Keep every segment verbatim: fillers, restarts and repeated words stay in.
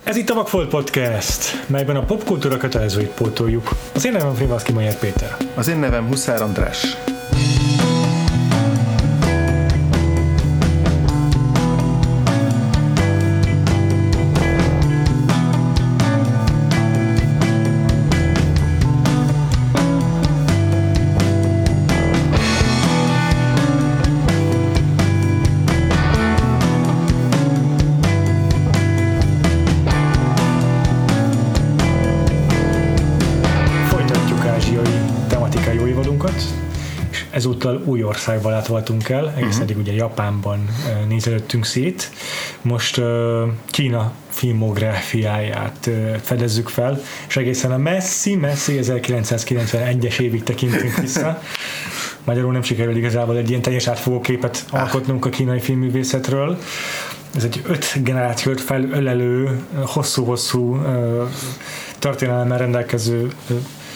Ez itt a Vakfolt Podcast, melyben a popkultúra kötelezőit pótoljuk. Az én nevem Frivalszky Mayer Péter. Az én nevem Huszár András. Ezúttal új országba látogatunk el, egész uh-huh. eddig ugye Japánban uh, nézelődtünk szét. Most uh, Kína filmográfiáját uh, fedezzük fel, és egészen a messzi-messzi ezerkilencszázkilencvenegyes évig tekintünk vissza. Magyarul nem sikerül igazából egy ilyen teljes átfogó képet ah. alkotnunk a kínai filmművészetről. Ez egy öt generációt felölelő, hosszú-hosszú uh, történelemmel rendelkező uh,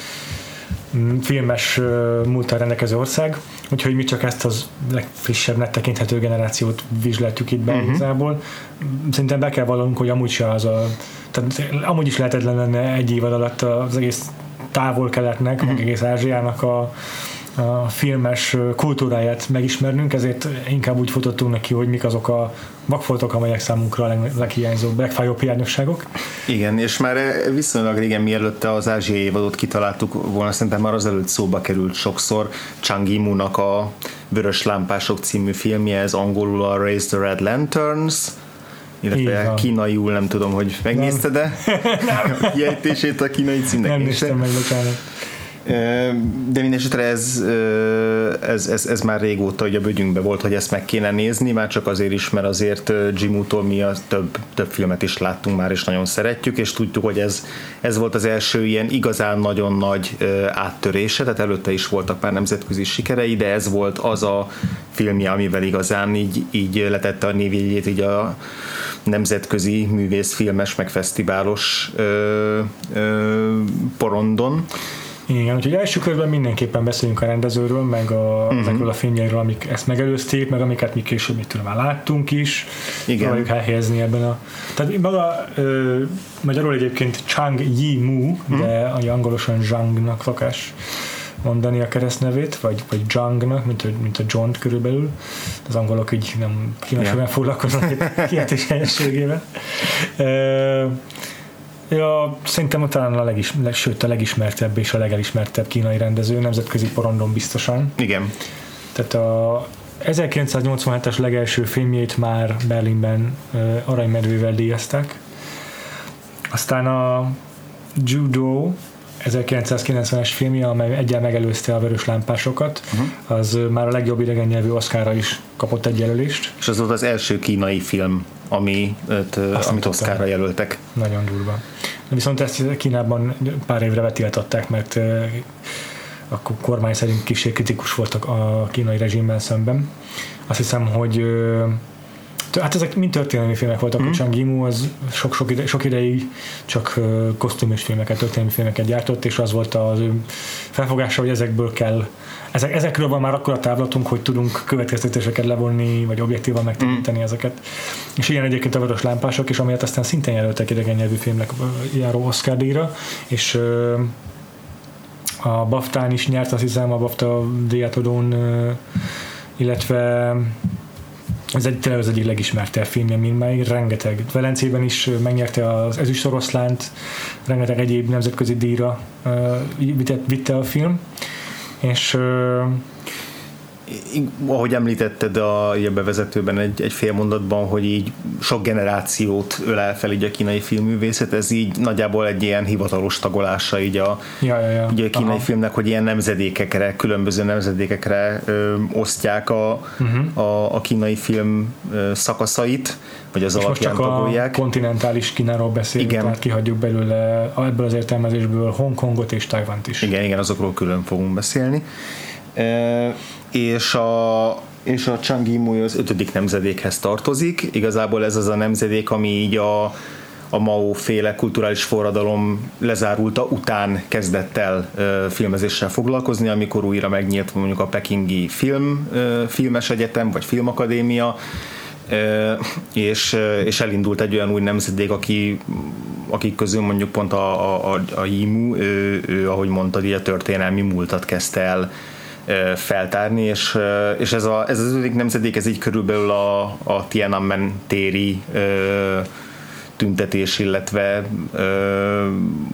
filmes uh, múlttal rendelkező ország, úgyhogy mi csak ezt az legfrissebbnek tekinthető generációt vizsgáljuk itt be uh-huh. igazából. Szerintem be kell vallanunk, hogy amúgy se az a... Tehát amúgy is lehetetlen lenne egy évad alatt az egész távol-keletnek, uh-huh. meg egész Ázsiának a, a filmes kultúráját megismernünk, ezért inkább úgy futottunk neki, hogy mik azok a vakfoltok, amelyek számunkra a leg, leghiányzóbb, legfájóbb hiányosságok. Igen, és már viszonylag régen, mielőtt az ázsiai évadot kitaláltuk volna, szerintem már azelőtt szóba került sokszor Zhang Yimou-nak a Vörös lámpások című filmje, ez angolul a Raise the Red Lanterns, illetve kínaiul, nem tudom, hogy megnézted-e a kiejtését a kínai címnek? Nem néztem meg, bocsánat. De mindesetre ez, ez, ez, ez már régóta ugye a bögyünkbe volt, hogy ezt meg kéne nézni, már csak azért is, mert azért Yimou-tól mi a több, több filmet is láttunk már, és nagyon szeretjük, és tudjuk, hogy ez, ez volt az első ilyen igazán nagyon nagy áttörése, tehát előtte is voltak már nemzetközi sikerei, de ez volt az a filmje, amivel igazán így, így letette a névjegyét így a nemzetközi művészfilmes, meg fesztiválos ö, ö, porondon. Igen, úgyhogy első körben mindenképpen beszéljünk a rendezőről, meg a, uh-huh. ezekről a filmjeiről, amik ezt megelőzték, meg amiket mi később mit tudom, már láttunk is. Igen. Próbáljuk elhelyezni ebben a... Tehát maga ö, magyarul egyébként Zhang Yimou, uh-huh. de a angolosan Zhangnak szokás mondani a keresztnevét, vagy, vagy Zhangnak, mint a, mint a John körülbelül. Az angolok így nem kínosan yeah. foglalkoznak egy kiejtés helyességével. Ja, szerintem talán a, legis, sőt, a legismertebb és a legelismertebb kínai rendező, nemzetközi porondon biztosan. Igen. Tehát a ezerkilencszáznyolcvanhetes legelső filmjét már Berlinben uh, aranymedvével díjazták. Aztán a Judo ezerkilencszázkilencvenes filmje, amely egyen megelőzte a Vörös lámpásokat, uh-huh. az már a legjobb idegen nyelvű Oscarra is kapott egy jelölést. És az volt az első kínai film, ami, öt, amit Oscarra jelöltek. Nagyon durva. Viszont ezt Kínában pár évre vetiltották, mert a kormány szerint kicsit kritikus voltak a kínai rezsimben szemben. Azt hiszem, hogy hát ezek mind történelmi filmek voltak, mm. Zhang Yimou az sok, sok, ide, sok ideig csak kosztümös filmeket, történelmi filmeket gyártott, és az volt az ő felfogása, hogy ezekből kell, ezek, ezekről van már akkor a távlatunk, hogy tudunk következtetéseket levonni, vagy objektívan megtekinteni mm. ezeket. És ilyen egyébként a Vörös lámpások, és amiatt aztán szintén jelöltek idegen nyelvű filmnek járó Oscar díjra, és a BAFTA-n is nyert, azt hiszem, a BAFTA díjátadón, illetve ez egy, tényleg az egyik legismertebb filmje mindmáig, rengeteg. Velencében is megnyerte az Ezüst Oroszlánt, rengeteg egyéb nemzetközi díjra uh, vitte, vitte a film, és uh, ahogy említetted a, a bevezetőben egy, egy fél mondatban, hogy így sok generációt ölel fel így a kínai filmművészet, ez így nagyjából egy ilyen hivatalos tagolása így a, ja, ja, ja. így a kínai Aha. filmnek, hogy ilyen nemzedékekre, különböző nemzedékekre ö, osztják a, uh-huh. a, a kínai film ö, szakaszait, vagy az és alapján tagolják. Most csak a kontinentális Kínáról beszélünk, igen. Tehát kihagyjuk belőle ebből az értelmezésből Hongkongot és Tajvant is. Igen, igen, azokról külön fogunk beszélni. E, és a, és a Zhang Yimou az ötödik nemzedékhez tartozik. Igazából ez az a nemzedék, ami így a, a Mao-féle kulturális forradalom lezárulta után kezdett el uh, filmezéssel foglalkozni, amikor újra megnyílt mondjuk a pekingi film, uh, filmes egyetem, vagy filmakadémia, és, és elindult egy olyan új nemzedék, aki, akik közül mondjuk pont a, a, a Yimou, ő, ő, ahogy mondtad, így a történelmi múltat kezdte el feltárni, és, és ez, a, ez az ötödik nemzedék, ez így körülbelül a, a Tiananmen téri ö, tüntetés, illetve ö,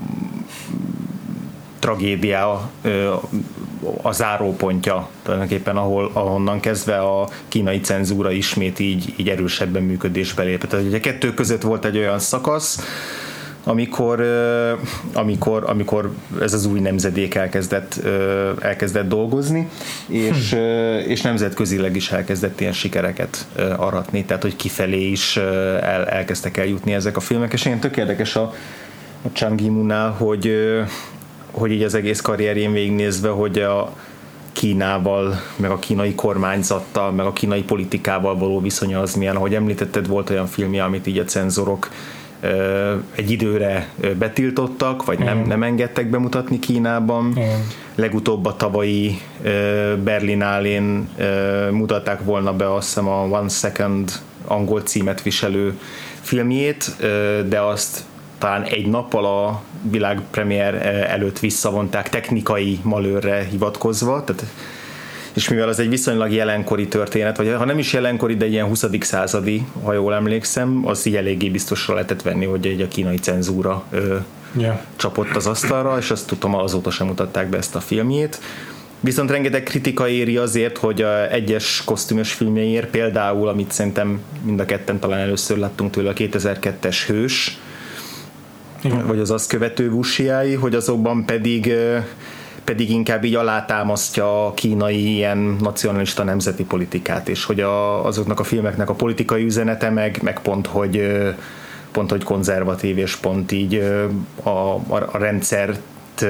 tragédia ö, a zárópontja tulajdonképpen, ahol, ahonnan kezdve a kínai cenzúra ismét így, így erősebben működésbe lépett. Tehát ugye kettő között volt egy olyan szakasz, amikor, amikor, amikor ez az új nemzedék elkezdett, elkezdett dolgozni, és, és nemzetközileg is elkezdett ilyen sikereket aratni, tehát hogy kifelé is el, elkezdtek eljutni ezek a filmek, és ilyen tök érdekes a, a Zhang Yimou-nál, hogy, hogy így az egész karrierjén végignézve, hogy a Kínával, meg a kínai kormányzattal, meg a kínai politikával való viszonya az milyen. Ahogy említetted, volt olyan filmje, amit így a cenzorok egy időre betiltottak, vagy nem, nem engedtek bemutatni Kínában. Mm. Legutóbb a tavalyi Berlinálén mutatták volna be, azt hiszem, a One Second angol címet viselő filmjét, de azt talán egy nappal a világpremiér előtt visszavonták technikai malőrre hivatkozva, tehát, és mivel az egy viszonylag jelenkori történet, vagy ha nem is jelenkori, de ilyen huszadik századi, ha jól emlékszem, az így eléggé biztosra lehetett venni, hogy egy a kínai cenzúra ö, yeah. csapott az asztalra, és azt tudom, azóta sem mutatták be ezt a filmjét. Viszont rengeteg kritika éri azért, hogy a egyes kosztümös filmjeiért, például, amit szerintem mind a ketten talán először láttunk tőle, a kétezer-kettes Hős, igen. vagy az azt követő Wuxiai, hogy azokban pedig pedig inkább így alátámasztja a kínai ilyen nacionalista nemzeti politikát, és hogy a, azoknak a filmeknek a politikai üzenete meg, meg pont, hogy pont, hogy konzervatív, és pont így a, a, a rendszert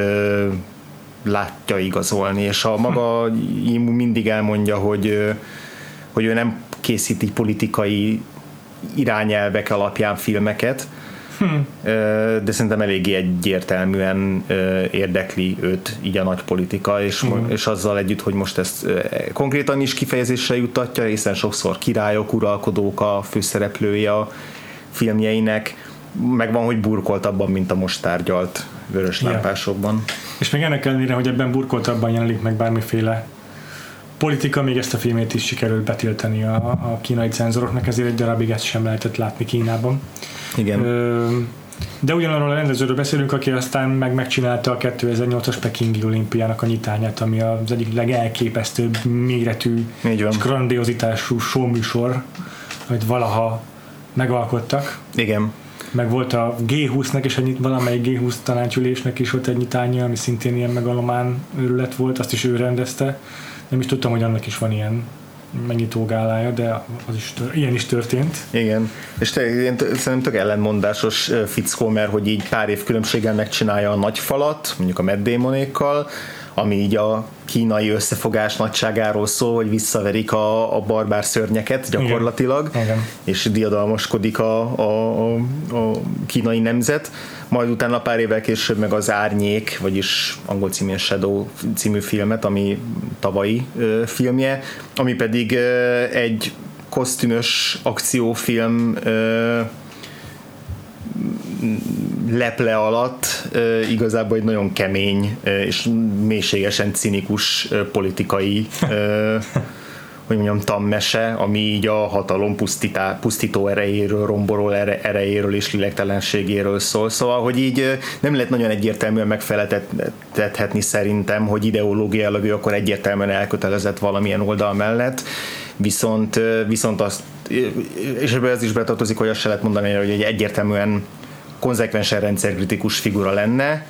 látja igazolni, és a maga Yimou mindig elmondja, hogy, hogy ő nem készíti politikai irányelvek alapján filmeket, Hmm. de szerintem eléggé egyértelműen érdekli őt így a nagy politika, és, hmm. és azzal együtt, hogy most ezt konkrétan is kifejezésre juttatja, hiszen sokszor királyok, uralkodók a főszereplői a filmjeinek, megvan, hogy burkoltabban, mint a most tárgyalt Vörös lámpásokban. Yeah. És még ennek ellenére, hogy ebben burkoltabban jelenik meg bármiféle politika, még ezt a filmét is sikerült betiltani a, a kínai cenzoroknak, ezért egy darabig ezt sem lehetett látni Kínában. Igen. De ugyanarról a rendezőről beszélünk, aki aztán meg megcsinálta a kétezer-nyolcas Pekingi olimpiának a nyitányát, ami az egyik legelképesztőbb méretű és grandiozitású showműsor, amit valaha megalkottak. Igen. Meg volt a gé húsznak és egy, valamelyik gé húsz tanácsülésnek is ott egy nyitánya, ami szintén ilyen megalomán őrület volt, azt is ő rendezte. Nem is tudtam, hogy annak is van ilyen megnyitó gálája, de az is, ilyen is történt. Igen, és te, én t- szerintem tök ellenmondásos fickó, mert hogy így pár év különbséggel megcsinálja a nagy falat, mondjuk a Matt Damonékkal, ami így a kínai összefogás nagyságáról szól, hogy visszaverik a, a barbár szörnyeket gyakorlatilag, igen. és diadalmaskodik a, a, a, a kínai nemzet. Majd utána pár évvel később meg az Árnyék, vagyis angol című Shadow című filmet, ami tavalyi ö, filmje, ami pedig ö, egy kosztümös akciófilm ö, leple alatt ö, igazából egy nagyon kemény ö, és mélységesen cinikus ö, politikai ö, hogy mondjam, tanmese, ami így a hatalom pusztítá, pusztító erejéről, romboló ere, erejéről és lélektelenségéről szól. Szóval, hogy így nem lehet nagyon egyértelműen megfeleltethetni szerintem, hogy ideológiailag ő akkor egyértelműen elkötelezett valamilyen oldal mellett, viszont, viszont azt, és ebből ez is betartozik, hogy azt se lehet mondani, hogy egy egyértelműen konzekvensen rendszerkritikus figura lenne,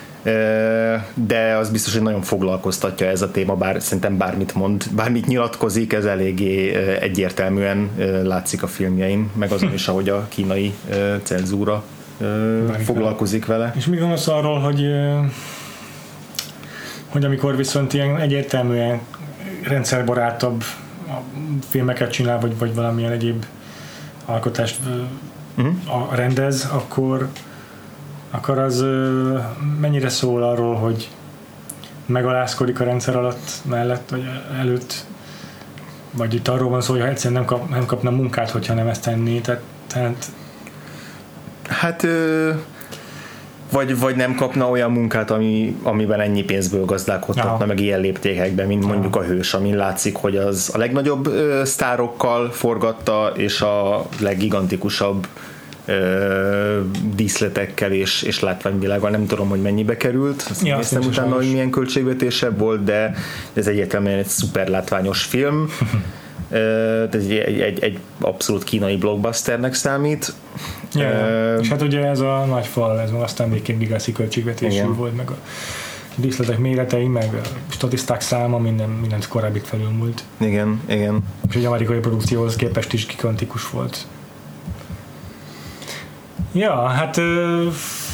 de az biztos, hogy nagyon foglalkoztatja ez a téma, bár szerintem bármit mond, bármit nyilatkozik, ez eléggé egyértelműen látszik a filmjein, meg azon is, ahogy a kínai cenzúra foglalkozik vele. És mi gondolsz arról, hogy hogy amikor viszont ilyen egyértelműen rendszerbarátabb filmeket csinál, vagy, vagy valamilyen egyéb alkotást uh-huh. rendez, akkor akkor az mennyire szól arról, hogy megalázkodik a rendszer alatt, mellett, vagy előtt, vagy itt arról van szó, hogy egyszerűen nem, kap, nem kapna munkát, hogyha nem ezt tenné, tehát, tehát... Hát ö, vagy, vagy nem kapna olyan munkát, ami, amiben ennyi pénzből gazdálkodhatna, meg ilyen léptékekben, mint mondjuk a Hős, amin látszik, hogy az a legnagyobb ö, sztárokkal forgatta, és a leggigantikusabb ö, díszletekkel és, és látványvilággal. Nem tudom, hogy mennyibe került, azt ja, néztem utána, hogy milyen költségvetésebb volt, de ez egyértelműen egy szuper látványos film. Ez egy, egy, egy, egy abszolút kínai blockbusternek számít. Ja, uh, és hát ugye ez a nagy fal, ez aztán végképp gigaszi költségvetésű volt, meg a díszletek méretei, meg a statiszták száma, minden, mindent korábbi felülmúlt. Igen, igen. És egy amerikai produkcióhoz képest is gigantikus volt. Ja, hát uh,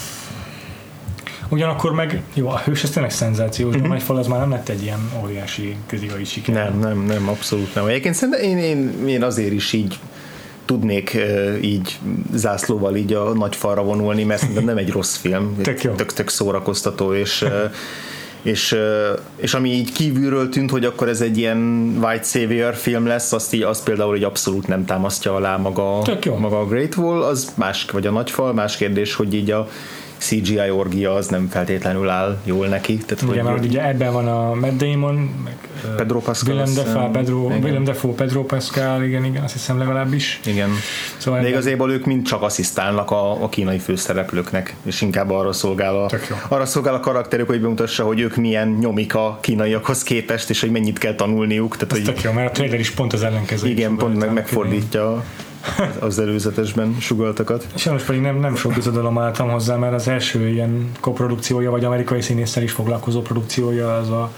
ugyanakkor meg, jó, a Hős ez tényleg szenzációs, uh-huh. a nagy fal az már nem lett egy ilyen óriási közigai siker. Nem, nem, nem, abszolút nem. Egyébként szerintem én, én, én azért is így tudnék uh, így zászlóval így a nagy falra vonulni, mert szerintem nem egy rossz film, tök, tök, tök szórakoztató, és, uh, és, uh, és ami így kívülről tűnt, hogy akkor ez egy ilyen white savior film lesz, azt, így, azt például így abszolút nem támasztja alá maga, maga a Great Wall, az más, vagy a nagy fal, más kérdés, hogy így a cé gé i orgia az nem feltétlenül áll jól neki. Tehát, ugye, hogy ugye ebben van a Matt Damon, meg Pedro Pascal, Willem Dafoe, Pedro, Willem Dafoe, Pedro Pascal, igen, igen, azt hiszem legalábbis. Igen. Szóval de igazából ők mind csak asszisztálnak a, a kínai főszereplőknek, és inkább arra szolgál a, arra szolgál a karakterük, hogy bemutassa, hogy ők milyen nyomik a kínaiakhoz képest, és hogy mennyit kell tanulniuk. Tehát, ez hogy, tök jó, mert a trailer is pont az ellenkező. Igen, pont meg, megfordítja az előzetesben sugaltakat. Sajnos pedig nem, nem sok bizodalom álltam hozzá, mert az első ilyen koprodukciója, vagy amerikai színésszel is foglalkozó produkciója, az a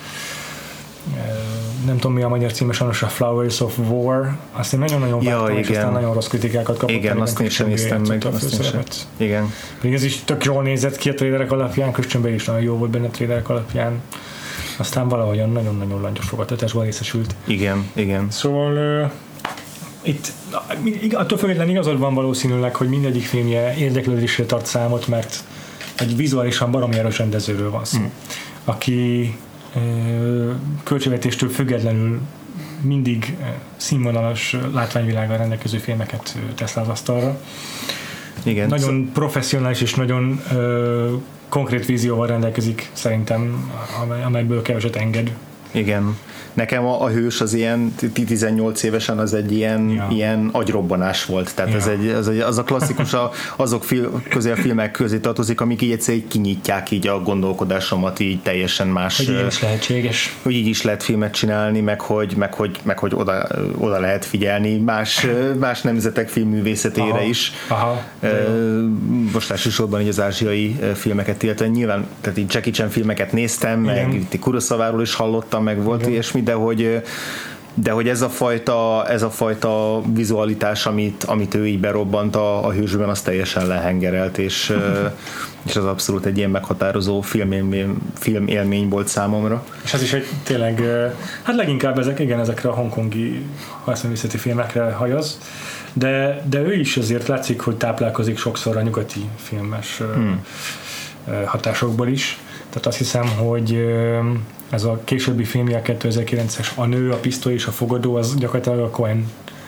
nem tudom mi a magyar címe, sajnos a Flowers of War, azt én nagyon-nagyon ja, vártam, és aztán nagyon rossz kritikákat kapott. Igen, azt én sem néztem meg. Igen. Pedig ez is tök jól nézett ki a trailerek alapján, Christian Bale is nagyon jó volt benne a trailerek alapján, aztán valahogyan nagyon-nagyon langyos fogadtatásban részesült. Igen, igen. Szóval uh, itt attól függetlenül igazad van valószínűleg, hogy mindegyik filmje érdeklődésre tart számot, mert egy vizuálisan baromi erős rendezőről van szó, mm. aki költségvetéstől függetlenül mindig színvonalas látványvilággal rendelkező filmeket tesz le az asztalra. Igen. Nagyon professzionális és nagyon ö, konkrét vízióval rendelkezik szerintem, amelyből keveset enged. Igen. Nekem a, a Hős az ilyen tizennyolc évesen az egy ilyen, ja. ilyen agyrobbanás volt. Tehát ja. ez egy, az, egy, az a klasszikus a, azok fil, közé a filmek közé tartozik, amik így egyszerűen kinyitják így a gondolkodásomat így teljesen más. Hogy így is lehetséges. Hogy így is lehet filmet csinálni, meg hogy, meg hogy, meg hogy oda, oda lehet figyelni más, más nemzetek filmművészetére aha. is. Aha. Most elsősorban így az ázsiai filmeket, illetve nyilván tehát így Jackie Chan filmeket néztem, igen. meg itt Kurosaváról is hallottam, meg volt igen. ilyesmi, de hogy, de hogy ez a fajta, ez a fajta vizualitás, amit, amit ő így berobbant a, a Hősben, az teljesen lehengerelt, és, és az abszolút egy ilyen meghatározó filmélmény, filmélmény volt számomra. És ez is egy tényleg, hát leginkább ezek, igen, ezekre a hongkongi hajszművészeti filmekre hajaz, de, de ő is azért látszik, hogy táplálkozik sokszor a nyugati filmes hmm. hatásokból is. Tehát azt hiszem, hogy ez a későbbi filmje, a kétezer-kilences A nő, a pisztoly és a fogadó, az gyakorlatilag a Coen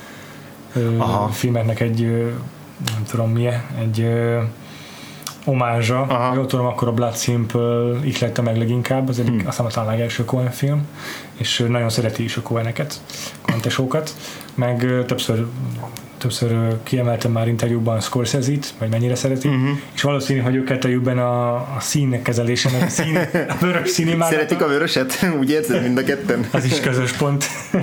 Aha. filmeknek egy, nem tudom milyen, egy omázsa. Ha jól tudom, akkor a Blood Simple ihlette meg leginkább, az egyik, hmm. aztán talán a legelső Coen film, és nagyon szereti is a Coeneket, Coen tesókat, meg többször többször kiemeltem már interjúban Scorsese-t, vagy mennyire szereti, uh-huh. és valószínű, hogy ők kettőjükben a, a szín kezelésen, a, szín, a vörös színimágat. Szeretik a vöröset? Úgy érzed mind a ketten? Az is közös pont.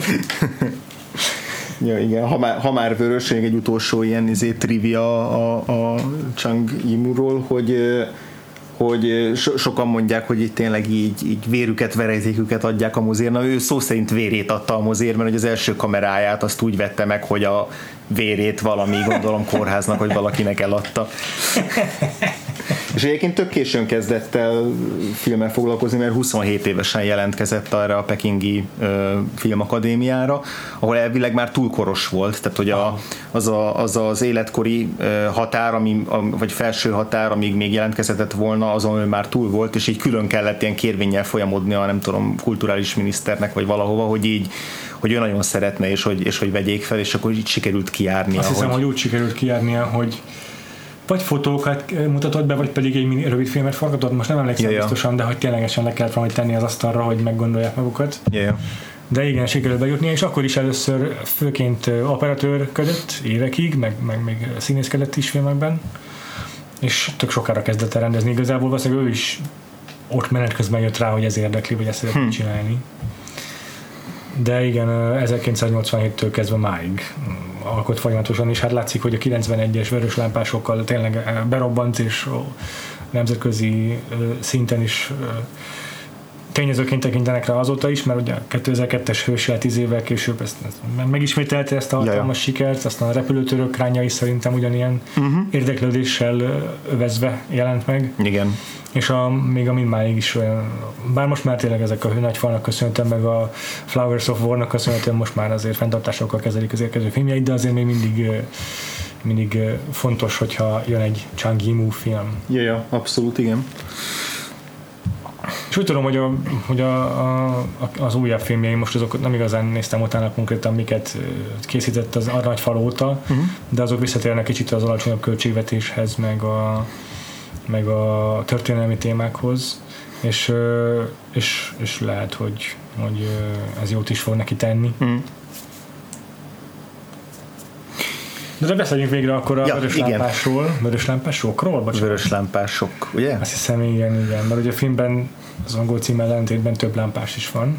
Ja, igen, ha már, ha már vörös, egy utolsó ilyen izé, trivia a, a Zhang Yimouról, hogy hogy so, sokan mondják, hogy itt tényleg így, így vérüket, verejtéküket adják a mozérnak. Ő szó szerint vérét adta a mozér, mert hogy az első kameráját azt úgy vette meg, hogy a vérét valami, gondolom kórháznak, hogy valakinek eladta. És egyébként tök későn kezdett el filmmel foglalkozni, mert huszonhét évesen jelentkezett arra a pekingi ö, filmakadémiára, ahol elvileg már túl koros volt, tehát hogy a, az, a, az az életkori ö, határ, ami, a, vagy felső határ, amíg még jelentkezhetett volna, azon ő már túl volt, és így külön kellett ilyen kérvénnyel folyamodni a nem tudom, kulturális miniszternek, vagy valahova, hogy így hogy ő nagyon szeretne, és hogy, és hogy vegyék fel, és akkor így sikerült kijárnia. Azt hiszem, hogy, hogy úgy sikerült kijárnia, hogy vagy fotókat mutatott be, vagy pedig egy rövid filmet forgatott, most nem emlékszem ja, biztosan, de hogy ténylegesen le kellett valamit tenni az asztalra, hogy meggondolják magukat. Ja. De igen, sikerült bejutni, és akkor is először főként operatőrködött évekig, meg, meg még színészkedett is filmekben, és tök sokára kezdett el rendezni. Igazából valószínűleg ő is ott menet közben jött rá, hogy ez érdekli, vagy ezt szeretné hmm. csinálni. De igen, ezerkilencszáznyolcvanhéttől kezdve máig alkot folyamatosan, és hát látszik, hogy a kilencvenegyes vörös lámpásokkal tényleg berobbant, és nemzetközi szinten is tényezőként tekintenek rá azóta is, mert ugye a kétezer-kettes Hősjel tíz évvel később ezt, ezt megismételte ezt a hatalmas sikert, aztán a Repülőtörök Ránya is szerintem ugyanilyen uh-huh. érdeklődéssel övezve jelent meg. Igen. És a, még a mindmáig is olyan, bár most már tényleg ezek a Hőnagyfalnak köszönhetem, meg a Flowers of War-nak köszönhetem, most már azért fenntartásokkal kezelik az érkező filmjeit, de azért még mindig mindig fontos, hogyha jön egy Zhang Yimou film. Ja, ja, abszolút, igen. És úgy tudom, hogy, a, hogy a, a, az újabb filmjei, most azokat nem igazán néztem utána konkrétan, miket készített az Aranyfal óta, uh-huh. de azok visszatérnek kicsit az alacsonyabb költségvetéshez, meg a, meg a történelmi témákhoz, és, és, és lehet, hogy, hogy ez jót is fog neki tenni. Uh-huh. De beszéljünk végre akkor a ja, vörös lámpásról, vörös lámpásokról? Vörös lámpások, ugye? Azt hiszem, igen, igen, mert ugye a filmben az angol címmel ellentétben több lámpás is van.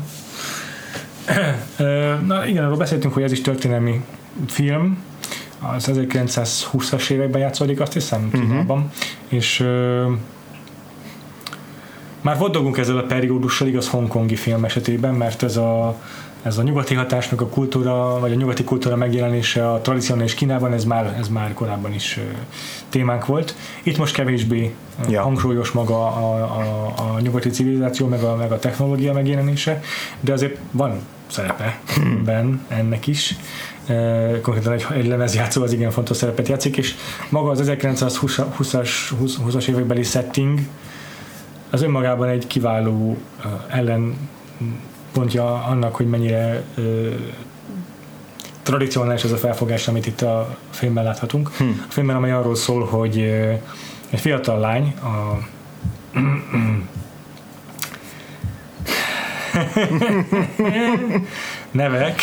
Na igen, arról beszéltünk, hogy ez is történelmi film, az ezerkilencszázhúszas években játszódik, azt hiszem, Kínában, uh-huh. és uh, már volt dolgunk ezzel a periódussal, igaz, hongkongi film esetében, mert ez a ez a nyugati hatásnak a kultúra, vagy a nyugati kultúra megjelenése a tradicionális Kínában, ez már, ez már korábban is uh, témánk volt. Itt most kevésbé ja. hangsúlyos maga a, a, a nyugati civilizáció, meg a, meg a technológia megjelenése, de azért van szerepe ben ennek is. Uh, konkrétan egy, egy lemezjátszó az igen fontos szerepet játszik, és maga az ezerkilencszázhúszas évekbeli setting az önmagában egy kiváló uh, ellen pontja annak, hogy mennyire ö, tradicionális ez a felfogás, amit itt a filmben láthatunk. Hmm. A filmben, amely arról szól, hogy ö, egy fiatal lány a nevek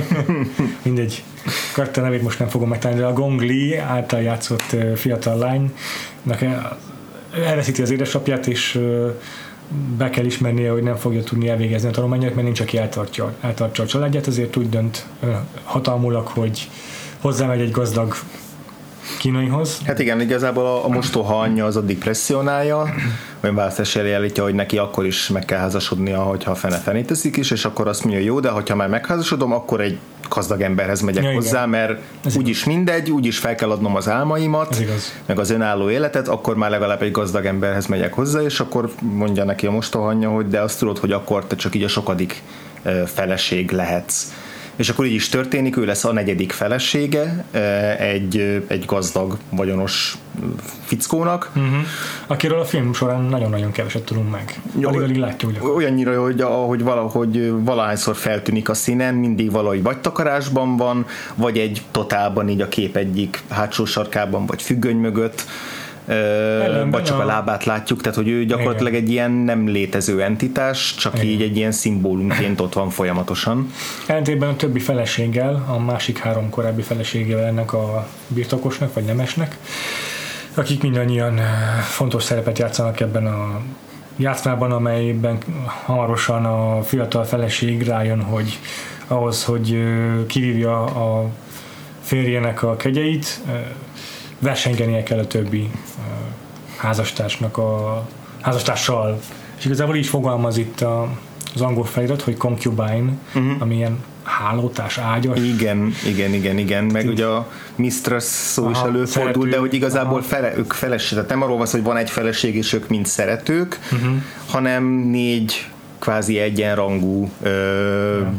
mindegy, karakter nevét most nem fogom megtalálni, de a Gong Li által játszott ö, fiatal lánynak elveszíti az édesapját, és ö, be kell ismernie, hogy nem fogja tudni elvégezni a tanulmányát, mert nincs, aki eltartja, eltartja a családját, ezért úgy dönt hatalmulag, hogy hozzámegy egy gazdag kínaihoz. Hát igen, igazából a, a mostoha anyja az addig presszionálja, olyan választás elé állítja, hogy neki akkor is meg kell házasodnia, hogyha fene-fenét teszik is, és akkor azt mondja, jó, de ha már megházasodom, akkor egy gazdag emberhez megyek ja, hozzá, mert úgyis mindegy, úgyis fel kell adnom az álmaimat, meg az önálló életet, akkor már legalább egy gazdag emberhez megyek hozzá, és akkor mondja neki a mostoha anyja, hogy de azt tudod, hogy akkor te csak így a sokadik feleség lehetsz. És akkor így is történik, ő lesz a negyedik felesége egy, egy gazdag, vagyonos fickónak. Uh-huh. Akiről a film során nagyon-nagyon keveset tudunk meg. Alig-alig látjuk. Olyannyira, hogy ahogy valahogy valahányszor feltűnik a színen, mindig valahogy vagy takarásban van, vagy egy totálban így a kép egyik hátsó sarkában, vagy függöny mögött. Ellenben vagy csak a... a lábát látjuk, tehát hogy ő gyakorlatilag igen. egy ilyen nem létező entitás, csak igen. így egy ilyen szimbólumként ott van folyamatosan. Ellentétben a többi feleséggel, a másik három korábbi feleségével ennek a birtokosnak, vagy nemesnek, akik mindannyian fontos szerepet játszanak ebben a játszmában, amelyben hamarosan a fiatal feleség rájön, hogy ahhoz, hogy kivívja a férjének a kegyeit, versengenie kell a többi uh, házastársnak a házastársal. És igazából így fogalmaz itt a, az angol felirat, hogy concubine, uh-huh. ami ilyen hálótárs, ágyas. Igen, igen, igen, igen. Meg ugye a mistress szó aha, is előfordul, szerető. De hogy igazából fele, ők feleség. Tehát nem arról van, hogy van egy feleség, és ők mind szeretők, uh-huh. hanem négy kvázi egyenrangú ö, ja.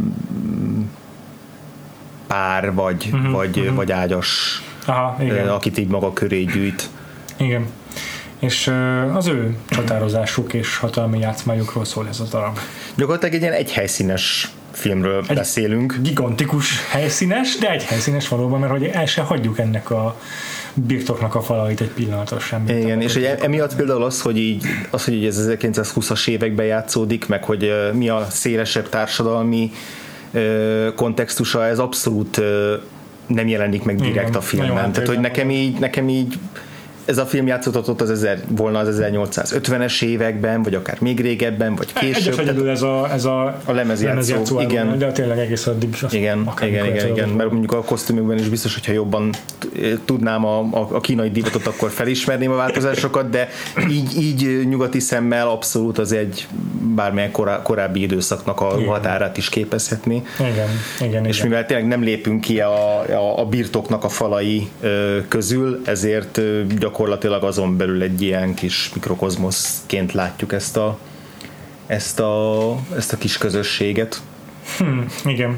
pár, vagy, uh-huh, vagy, uh-huh. vagy ágyas, aha, igen. akit így maga köré gyűjt. Igen. És az ő csatározásuk és hatalmi játszmájukról szól ez a darab. Gyakorlatilag egy ilyen egyhelyszínes filmről egy beszélünk. Gigantikus helyszínes, de egy helyszínes valóban, mert hogy el se hagyjuk ennek a birtoknak a falait egy pillanatot sem. Igen, és hogy emiatt például az, hogy így, az, hogy így ez ezerkilencszázhúszas években játszódik, meg hogy uh, mi a szélesebb társadalmi uh, kontextusa, ez abszolút uh, nem jelenik meg direkt igen, a filmben. Tehát, hogy nekem így, nekem így ez a film játszódhatott az ezer, volna az ezernyolcszázötvenes években, vagy akár még régebben, vagy később. Egyes ez a, ez a, a lemezjátszó, lemezjátszó igen. De tényleg egész addig. Igen, igen, igen, igen, mert mondjuk a kosztümökben is biztos, hogyha jobban tudnám a, a, a kínai divatot, akkor felismerném a változásokat, de így, így nyugati szemmel abszolút az egy bármilyen korá, korábbi időszaknak a igen. határát is képezhetni. Igen, igen, és igen. mivel tényleg nem lépünk ki a, a, a birtoknak a falai ö, közül, ezért ö, gyakorlatilag azon belül egy ilyen kis mikrokozmoszként látjuk ezt a, ezt a, ezt a kis közösséget. Hmm, igen.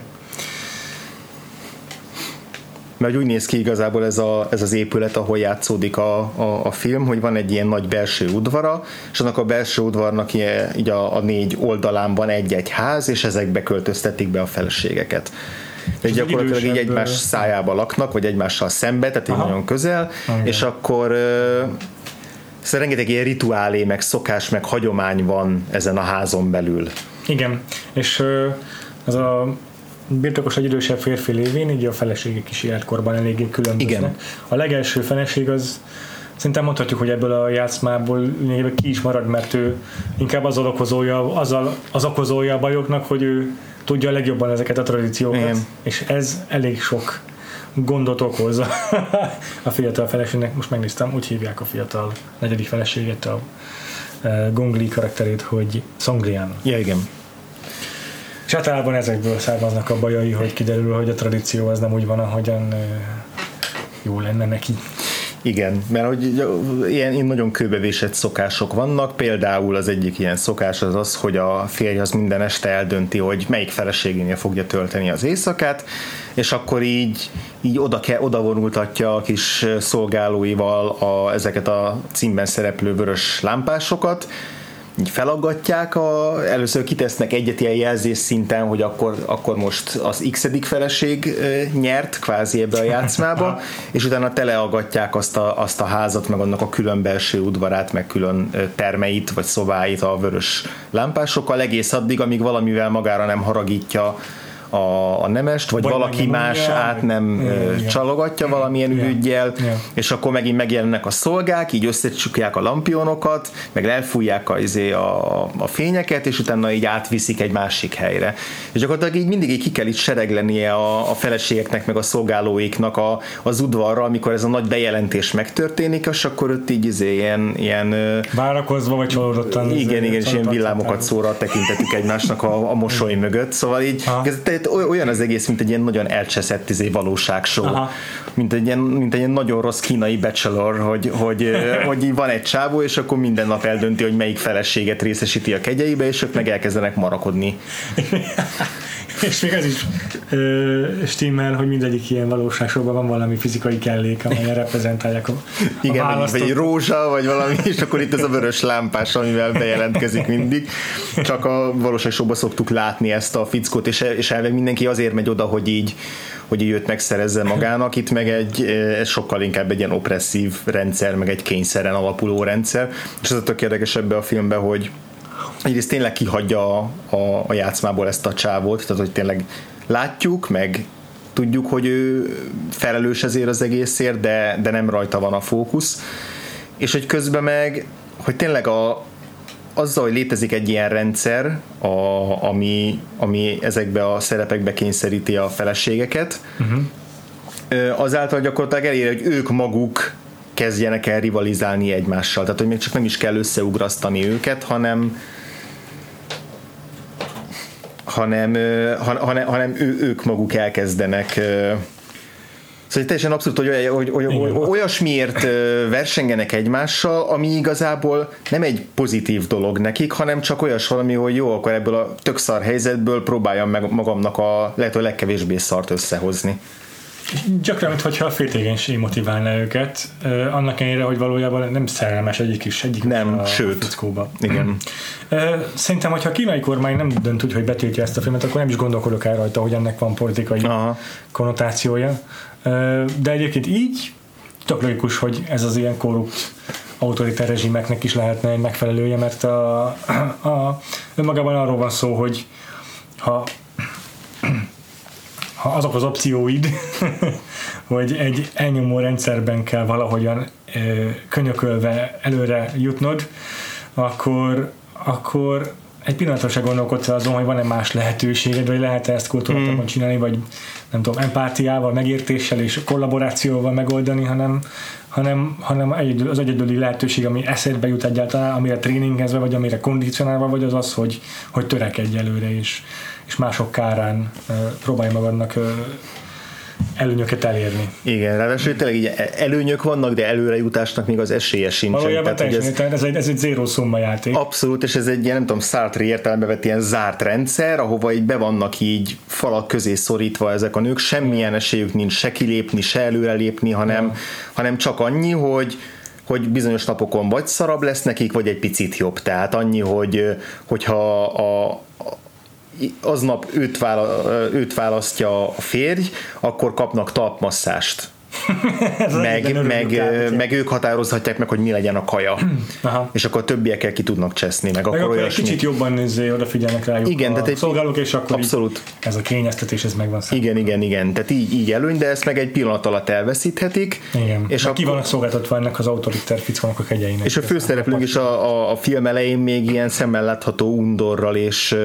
Mert úgy néz ki igazából ez, a, ez az épület, ahol játszódik a, a, a film, hogy van egy ilyen nagy belső udvara, és annak a belső udvarnak így a, a négy oldalán van egy-egy ház, és ezekbe költöztetik be a feleségeket. De gyakorlatilag így egymás szájába laknak, vagy egymással szembe, tehát így nagyon közel, igen. És akkor szóval rengeteg ilyen rituálé, meg szokás, meg hagyomány van ezen a házon belül. Igen, és ez a birtokos egy idősebb férfi lévén, így a feleségek is életkorban eléggé különböznek. Igen. A legelső feleség az szerintem mondhatjuk, hogy ebből a játszmából ki is marad, mert ő inkább azzal okozója, azzal az okozója a bajoknak, hogy ő tudja a legjobban ezeket a tradíciókat, igen. És ez elég sok gondot okoz a fiatal feleségnek. Most megnéztem, úgy hívják a fiatal negyedik feleséget, a Gong Li karakterét, hogy Song-Lian. Ja, igen. És általában ezekből származnak a bajai, hogy kiderül, hogy a tradíció az nem úgy van, ahogyan jó lenne neki. Igen, mert hogy ilyen, ilyen nagyon kőbevésett szokások vannak, például az egyik ilyen szokás az az, hogy a férj az minden este eldönti, hogy melyik feleségénél fogja tölteni az éjszakát, és akkor így, így oda, oda vonultatja a kis szolgálóival a, ezeket a címben szereplő vörös lámpásokat, így felaggatják, a, először kitesznek egyet ilyen jelzés szinten, hogy akkor, akkor most az x-edik feleség e, nyert kvázi ebbe a játszmába, és utána teleaggatják azt a, azt a házat, meg annak a külön belső udvarát, meg külön termeit, vagy szobáit a vörös lámpásokkal, egész addig, amíg valamivel magára nem haragítja a, a nemest, vagy, vagy valaki más mondja, át nem ja, csalogatja ja, valamilyen ja, ürüggyel, ja. És akkor megint megjelennek a szolgák, így összecsukják a lampionokat, meg elfújják a, a, a fényeket, és utána így átviszik egy másik helyre. És gyakorlatilag így mindig így ki kell itt sereglenie a, a feleségeknek, meg a szolgálóiknak a, az udvarra, amikor ez a nagy bejelentés megtörténik, és akkor ott így izé, ilyen, ilyen várakozva, vagy csalódottan. Igen, igen, és ilyen villámokat szóra tekintetük egymásnak a, a mosoly mögött, szóval így ez, olyan az egész, mint egy ilyen nagyon elcseszett izé valóságshow, mint egy, ilyen, mint egy ilyen nagyon rossz kínai bachelor, hogy, hogy, hogy így van egy csávó, és akkor minden nap eldönti, hogy melyik feleséget részesíti a kegyeibe, és ők meg elkezdenek marakodni. És még az is ö, stimmel, hogy mindegyik ilyen valóságshowban van valami fizikai kellék, amelyen reprezentálják a, a igen, választott. Vagy egy rózsa, vagy valami, és akkor itt ez a vörös lámpás, amivel bejelentkezik mindig. Csak a valóságshowban szoktuk látni ezt a fickót, és, és elveg mindenki azért megy oda, hogy így hogy így őt megszerezze magának, itt meg egy, ez sokkal inkább egy ilyen opresszív rendszer, meg egy kényszeren alapuló rendszer, és ez a tök érdekes ebbe a filmben, hogy egyrészt tényleg kihagyja a, a, a játszmából ezt a csávót, tehát hogy tényleg látjuk, meg tudjuk, hogy ő felelős ezért az egészért, de, de nem rajta van a fókusz, és hogy közben meg, hogy tényleg a, azzal, hogy létezik egy ilyen rendszer, a, ami, ami ezekbe a szerepekbe kényszeríti a feleségeket, uh-huh. azáltal gyakorlatilag elér, hogy ők maguk kezdjenek el rivalizálni egymással, tehát hogy még csak nem is kell összeugrasztani őket, hanem hanem, hanem, hanem ő, ők maguk elkezdenek. Szóval teljesen abszolút, hogy, hogy, hogy, hogy olyasmiért versengenek egymással, ami igazából nem egy pozitív dolog nekik, hanem csak olyas valami, hogy jó, akkor ebből a tök szar helyzetből próbáljam meg magamnak a lehető legkevésbé szart összehozni. Gyakran, mintha a féltékenység motiválná őket, uh, annak ellenére, hogy valójában nem szerelmes egyik is, egyik nem, a sőt. fickóba. Igen. Uh, szerintem, hogyha a kínai kormány nem dönt úgy, hogy betiltja ezt a filmet, akkor nem is gondolkodok el rajta, hogy ennek van politikai Aha. konnotációja. Uh, de egyébként így tök logikus, hogy ez az ilyen korrupt autoritár rezsimeknek is lehetne egy megfelelője, mert a, a, önmagában arról van szó, hogy ha ha azok az opcióid, hogy egy elnyomó rendszerben kell valahogyan ö, könyökölve előre jutnod, akkor, akkor egy pillanatra se gondolkodsz azon, hogy van-e más lehetőséged, vagy lehet-e ezt kultúrátokban mm. csinálni, vagy nem tudom, empátiával, megértéssel és kollaborációval megoldani, hanem, hanem, hanem egyedül, az egyedüli lehetőség, ami eszedbe jut egyáltalán, amire tréningezve, vagy amire kondicionálva vagy, az az, hogy, hogy törekedj előre, és, és mások kárán uh, próbálj magadnak uh, előnyöket elérni. Igen, ráadásul tényleg így előnyök vannak, de előrejutásnak még az esélye sincsen. Valójában teljesen, ez, ez egy, ez egy zéró szumma játék. Abszolút, és ez egy ilyen, nem tudom, Sartre értelembe vett ilyen zárt rendszer, ahova így be vannak így falak közé szorítva ezek a nők, semmilyen esélyük nincs se kilépni, se előrelépni, hanem, ja. hanem csak annyi, hogy hogy bizonyos napokon vagy szarabb lesz nekik, vagy egy picit jobb. Tehát annyi, hogy hogyha a aznap őt, vála, őt választja a férj, akkor kapnak talpmasszást. meg, meg, meg ők határozhatják meg, hogy mi legyen a kaja. Aha. És akkor többiekkel ki tudnak cseszni. Meg, meg akkor egy kicsit jobban nézzé, odafigyelnek rájuk igen, a tehát szolgálók, és akkor abszolút. Ez a kényeztetés, ez megvan szemben. Igen, igen, igen. Tehát így, így előny, de ezt meg egy pillanat alatt elveszíthetik. Igen. És akkor, ki vannak szolgáltatva ennek az autoritár fickónak a kegyeinek. És a főszereplők is a, a, a film elején még ilyen szemmel látható undorral, és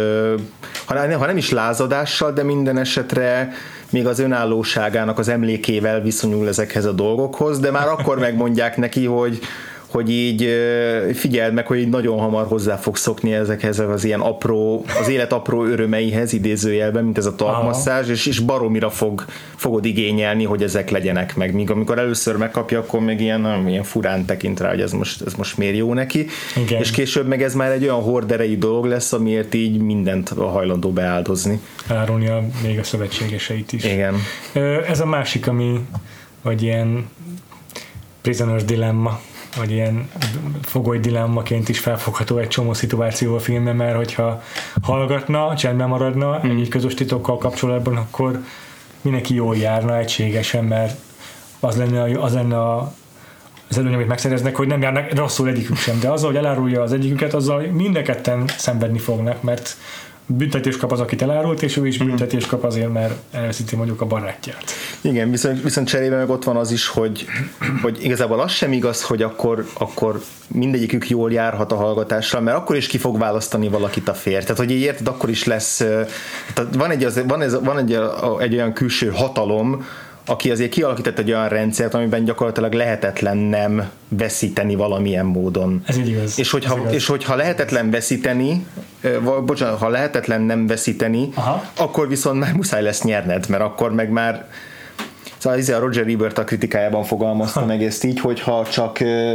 ha nem, ha nem is lázadással, de minden esetre még az önállóságának az emlékével viszonyul ezekhez a dolgokhoz, de már akkor megmondják neki, hogy, hogy így figyeld meg, hogy így nagyon hamar hozzá fog szokni ezekhez az ilyen apró, az élet apró örömeihez idézőjelben, mint ez a talpmasszázs, és, és baromira fog, fogod igényelni, hogy ezek legyenek meg. Míg amikor először megkapja, akkor még ilyen, nem, ilyen furán tekint rá, hogy ez most, ez most miért jó neki. Igen. És később meg ez már egy olyan horderejű dolog lesz, amiért így mindent hajlandó beáldozni. Elárulnia még a szövetségeseit is. Igen. Ez a másik, ami vagy ilyen prisoner's dilemma, vagy ilyen fogoly dilemmaként is felfogható egy csomó szituáció a filmben, mert hogyha hallgatna, csendben maradna mm. egy közös titokkal kapcsolatban, akkor mindenki jól járna egységesen, mert az lenne, az lenne a, az előny, amit megszereznek, hogy nem járnak rosszul egyikük sem, de azzal, hogy elárulja az egyiküket, azzal mindenketten szenvedni fognak, mert büntetés kap az, akit elárult, és ő is büntetés kap azért, mert elveszíti mondjuk a barátját. Igen, viszont, viszont cserébe meg ott van az is, hogy, hogy igazából az sem igaz, hogy akkor, akkor mindegyikük jól járhat a hallgatással, mert akkor is ki fog választani valakit a férj. Tehát, hogy így érted, akkor is lesz, tehát van egy, az, van ez, van egy, egy olyan külső hatalom, aki azért kialakított egy olyan rendszert, amiben gyakorlatilag lehetetlen nem veszíteni valamilyen módon. Ez így igaz. És hogyha, igaz. És hogyha lehetetlen veszíteni, bocsánat, ha lehetetlen nem veszíteni, aha. akkor viszont már muszáj lesz nyerned, mert akkor meg már szóval a Roger Ebert a kritikájában fogalmazta ha. meg ezt így, hogyha csak ö,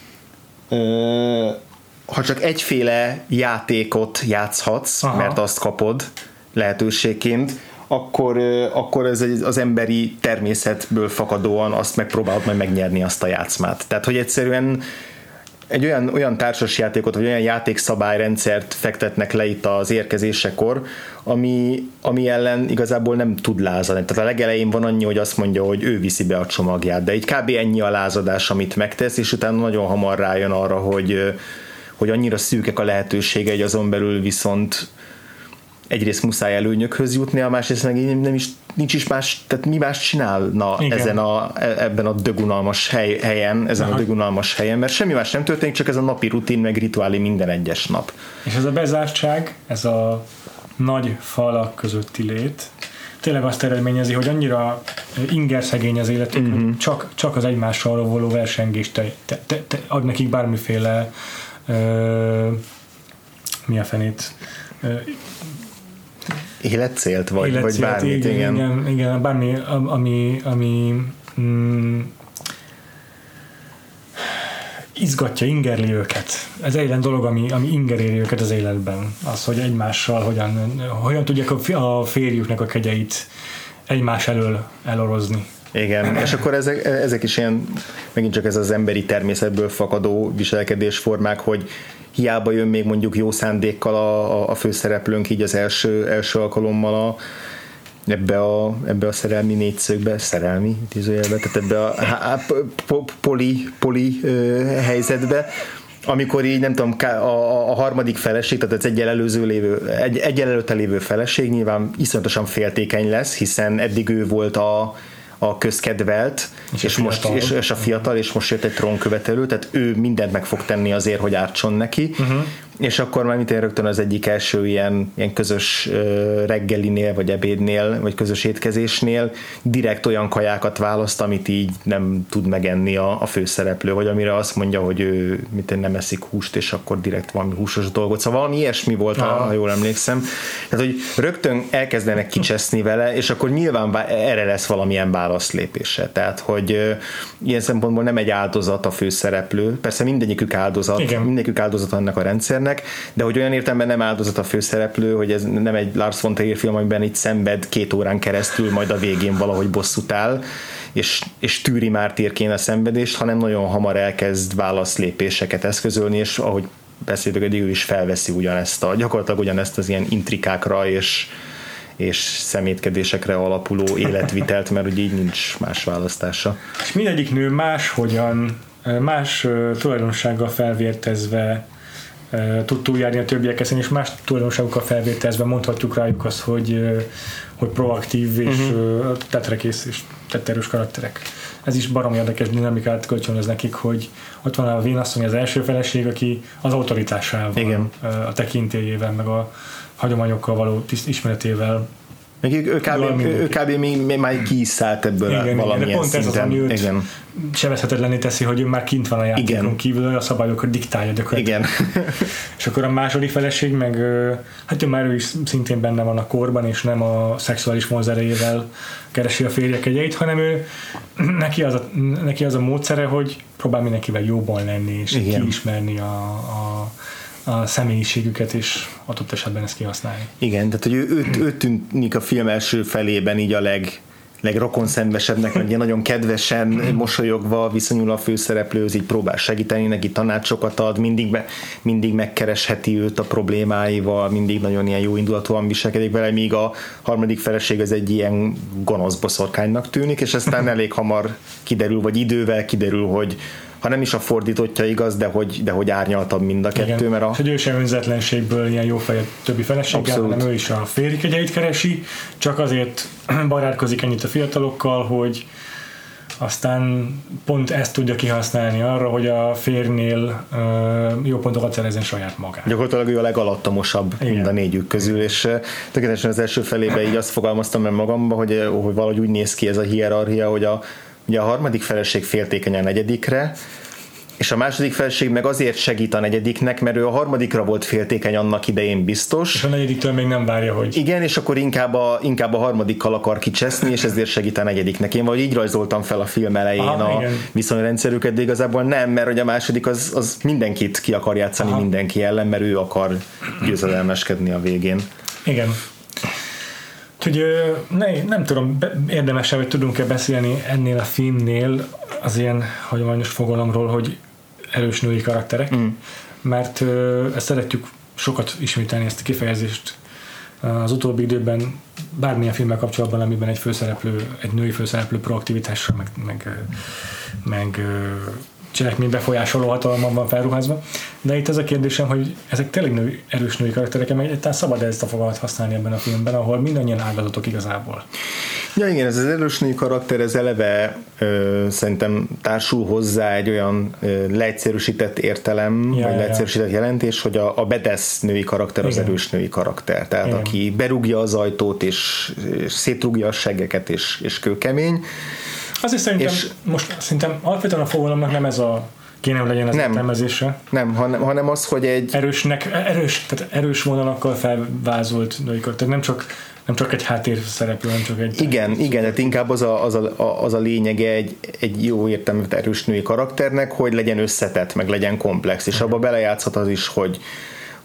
ö, ha csak egyféle játékot játszhatsz, aha. mert azt kapod lehetőségként, akkor, akkor ez az emberi természetből fakadóan azt megpróbálod majd megnyerni azt a játszmát. Tehát, hogy egyszerűen egy olyan, olyan társasjátékot, vagy olyan játékszabályrendszert fektetnek le itt az érkezésekor, ami, ami ellen igazából nem tud lázadni. Tehát a legelején van annyi, hogy azt mondja, hogy ő viszi be a csomagját, de így kb. Ennyi a lázadás, amit megtesz, és utána nagyon hamar rájön arra, hogy, hogy annyira szűkek a lehetőségei, azon belül viszont egyrészt muszáj előnyökhöz jutni, a másrészt meg nem is, nincs is más, tehát mi más csinálna ezen a, ebben a dögunalmas hely, helyen, ezen Aha. a dögunalmas helyen, mert semmi más nem történik, csak ez a napi rutin, meg rituálé minden egyes nap. És ez a bezártság, ez a nagy falak közötti lét, tényleg azt eredményezi, hogy annyira ingerszegény az életük, uh-huh. hogy csak, csak az egymással való versengés te, te, te, te ad nekik bármiféle ö, mi a fenét ö, életcélt, vagy, életcélt, vagy bármit, igen. Igen, igen, igen bármi, ami, ami mm, izgatja, ingerli őket. Ez egyetlen dolog, ami, ami ingeréli őket az életben. Az, hogy egymással hogyan, hogyan tudják a férjüknek a kegyeit egymás elől elorozni. Igen, és akkor ezek, ezek is ilyen, megint csak ez az emberi természetből fakadó viselkedésformák, hogy hiába jön még mondjuk jó szándékkal a, a főszereplőnk így az első, első alkalommal a, ebbe, a, ebbe a szerelmi négyszögbe, szerelmi tízőjelbe, tehát ebbe a, a poli, poli helyzetbe, amikor így nem tudom, a, a harmadik feleség, tehát az egyel előző lévő, egy, egyel előtte lévő feleség nyilván iszonyatosan féltékeny lesz, hiszen eddig ő volt a a közkedvelt, és, és, most, és, és a fiatal, és most jött egy trónkövetelő, tehát ő mindent meg fog tenni azért, hogy ártson neki, uh-huh. és akkor már mint én rögtön az egyik első ilyen, ilyen közös reggelinél, vagy ebédnél, vagy közös étkezésnél direkt olyan kajákat választ, amit így nem tud megenni a, a főszereplő, vagy amire azt mondja, hogy ő mit nem eszik húst, és akkor direkt valami húsos dolgot, szóval valami ilyesmi volt, ah. ha jól emlékszem. Tehát, hogy rögtön elkezdenek kicseszni vele, és akkor nyilván erre lesz valamilyen válaszlépése. Tehát, hogy ilyen szempontból nem egy áldozat a főszereplő, persze mindegyikük áldozat, Igen. mindegyikük áldozat annak a rendszernek, de hogy olyan értelemben nem áldozat a főszereplő, hogy ez nem egy Lars von Trier film, amiben itt szenved két órán keresztül, majd a végén valahogy bosszút áll, és, és tűri mártírként a szenvedést, hanem nagyon hamar elkezd válaszlépéseket eszközölni, és ahogy beszéltük, eddig ő is felveszi ugyanezt a, gyakorlatilag ugyanezt az ilyen intrikákra és és szemétkedésekre alapuló életvitelt, mert ugye így nincs más választása. És mindegyik nő máshogyan, más tulajdonsággal felvértezve tud túljárni a többiekhez, és más tulajdonságokkal felvértezve mondhatjuk rájuk azt, hogy, hogy proaktív és uh-huh. tetrekész és tetterős karakterek. Ez is barom érdekes dinamikát kölcsönöz nekik, hogy ott van a vénasszony, az első feleség, aki az autoritásával, Igen. a tekintélyével, meg a hagyományokkal való tiszt ismeretével. Meg ő, ő, kb, ő kb. még, még már ki is szállt ebből igen, valamilyen igen, pont szinten. Ez az, ami őt igen. sebezhetetlenné teszi, hogy ő már kint van a játékon igen. kívül, a szabályokat diktálja gyakorlatilag. Igen. És akkor a második feleség meg, hát ő már ő is szintén benne van a korban, és nem a szexuális vonzerejével keresi a férjek egyeit, hanem ő, neki, az a, neki az a módszere, hogy próbál mindenkivel jóban lenni, és igen. kiismerni a, a a személyiségüket, és adott esetben ezt kihasználni. Igen, tehát hogy ő, ő, ő tűnik a film első felében így a leg, legrokonszenvesebbnek, hogy ilyen nagyon kedvesen mosolyogva viszonyul a főszereplőhöz, így próbál segíteni, neki tanácsokat ad, mindig, be, mindig megkeresheti őt a problémáival, mindig nagyon ilyen jó indulatúan viselkedik vele, míg a harmadik feleség az egy ilyen gonosz boszorkánynak tűnik, és aztán elég hamar kiderül, vagy idővel kiderül, hogy ha nem is a fordítottja igaz, de hogy, de hogy árnyaltabb mind a kettő. Igen. Mert a... hogy ő sem önzetlenségből ilyen jó fej többi feleséggel, hanem ő is a férjkegyeit keresi, csak azért barátkozik ennyit a fiatalokkal, hogy aztán pont ezt tudja kihasználni arra, hogy a férjnél uh, jó pontokat szerezzen saját magát. Gyakorlatilag ő a legalattamosabb Igen. mind a négyük közül, és uh, tökéletesen az első felében így azt fogalmaztam meg magamba, hogy, hogy valahogy úgy néz ki ez a hierarchia, hogy a ugye a harmadik feleség féltékeny a negyedikre, és a második feleség meg azért segít a negyediknek, mert ő a harmadikra volt féltékeny annak idején biztos. És a negyediktől még nem várja, hogy... Igen, és akkor inkább a, inkább a harmadikkal akar kicseszni, és ezért segít a negyediknek. Én vagy így rajzoltam fel a film elején Aha, a igen. viszonyrendszerüket, de igazából nem, mert hogy a második az, az mindenkit ki akar játszani Aha. mindenki ellen, mert ő akar győzedelmeskedni a végén. Igen. Úgyhogy ne, nem tudom, érdemes-e, hogy tudunk-e beszélni ennél a filmnél az ilyen hagyományos fogalomról, hogy erős női karakterek, mm. mert ezt szeretjük sokat ismételni, ezt a kifejezést az utóbbi időben bármilyen filmmel kapcsolatban, amiben egy főszereplő, egy női főszereplő proaktivitással meg, meg, meg cselekmény befolyásoló hatalommal van felruházva. De itt az a kérdésem, hogy ezek tényleg nő, erős női karakterek, meg egyáltalán szabad ezt a fogalmat használni ebben a filmben, ahol mindannyian áldozatok igazából. Ja igen, ez az erős női karakter, ez eleve ö, szerintem társul hozzá egy olyan ö, leegyszerűsített értelem, ja, vagy ja, leegyszerűsített ja. jelentés, hogy a, a badass női karakter az igen. erős női karakter. Tehát igen. aki berúgja az ajtót, és, és szétrúgja a seggeket, és, és kőkemény. Azért szerintem és most szerintem alapvetően a fogalomnak nem ez a kéne, hogy legyen az értelmezése. Nem, hanem, hanem az, hogy egy... Erősnek, erős, tehát erős vonalakkal felvázolt női karakter, nem csak, nem csak egy háttérszereplő, nem csak egy... Igen, egy igen, tehát inkább az a, az a, az a lényege egy, egy jó értelmű erős női karakternek, hogy legyen összetett, meg legyen komplex, és abba belejátszhat az is, hogy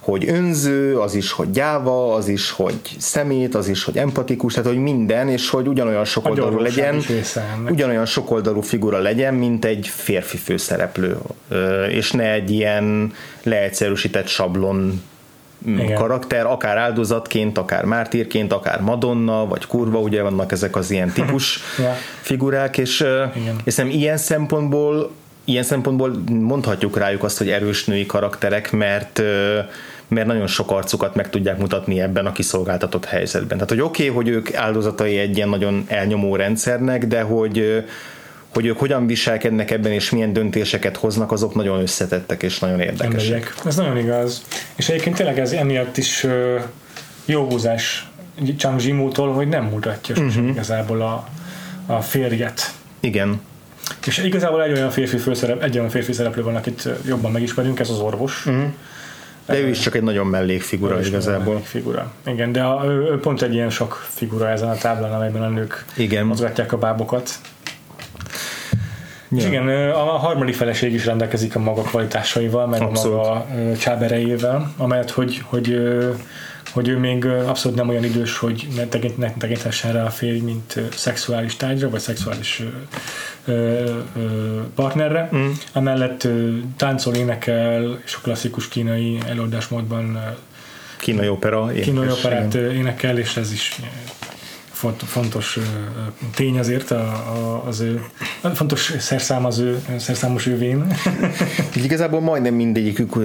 hogy önző, az is, hogy gyáva, az is, hogy szemét, az is, hogy empatikus, tehát hogy minden, és hogy ugyanolyan sokoldalú legyen, ugyanolyan sokoldalú figura legyen, mint egy férfi főszereplő, és ne egy ilyen leegyszerűsített sablon igen. karakter, akár áldozatként, akár mártírként, akár Madonna, vagy kurva, ugye vannak ezek az ilyen típus ja. figurák, és, és szerintem ilyen szempontból ilyen szempontból mondhatjuk rájuk azt, hogy erős női karakterek, mert mert nagyon sok arcukat meg tudják mutatni ebben a kiszolgáltatott helyzetben. Tehát, hogy oké, okay, hogy ők áldozatai egy ilyen nagyon elnyomó rendszernek, de hogy, hogy ők hogyan viselkednek ebben, és milyen döntéseket hoznak, azok nagyon összetettek, és nagyon érdekesek. Emberek. Ez nagyon igaz. És egyébként tényleg ez emiatt is jó húzás Zhang Yimou-tól, hogy nem mutatja sosem uh-huh. igazából a, a férjet. Igen. És igazából egy olyan férfi főszerep, egy olyan férfi szereplő van, akit jobban megismerünk, ez az orvos. Uh-huh. De ő is csak egy nagyon mellékfigura igazából. Mellékfigura. Igen, de a, ő pont egy ilyen sok figura ezen a táblán, amelyben a nők igen. mozgatják a bábokat. Ja. És igen, a harmadik feleség is rendelkezik a maga kvalitásaival, meg abszolút. A maga csáberejével, amelyet, hogy, hogy, hogy ő még abszolút nem olyan idős, hogy ne tekinthessen rá a férj, mint szexuális tárgyra, vagy szexuális partnerre. Mm. Emellett táncol, énekel, és a klasszikus kínai előadásmódban kínai opera kínai operát énekel, és ez is fontos tény azért a, a, az ő fontos szerszám az ő szerszámos ővén. Igazából majdnem mindegyikük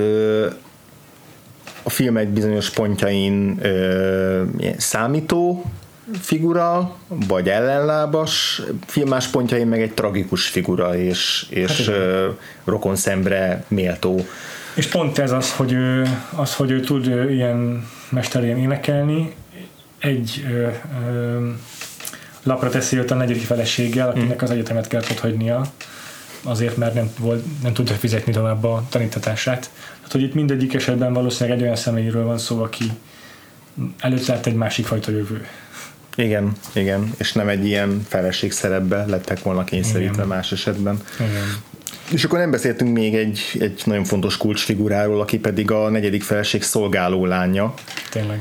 a film egy bizonyos pontjain számító figura, vagy ellenlábas, filmás pontjain meg egy tragikus figura, és, és hát rokon szemre méltó. És pont ez az, hogy ő, az, hogy ő tud ilyen mesterien énekelni, egy ö, ö, lapra teszi őt a negyedik feleséggel, akinek az egyetemet kellett ott hagynia, azért, mert nem, volt, nem tudta fizetni tovább a tanítatását. Hát, hogy itt mindegyik esetben valószínűleg egy olyan személyről van szó, aki előtt lett egy másik fajta jövő. Igen, igen, és nem egy ilyen feleség szerepbe lettek volna kényszerítve igen. más esetben. Igen. És akkor nem beszéltünk még egy, egy nagyon fontos kulcsfiguráról, aki pedig a negyedik feleség szolgáló lánya. Tényleg.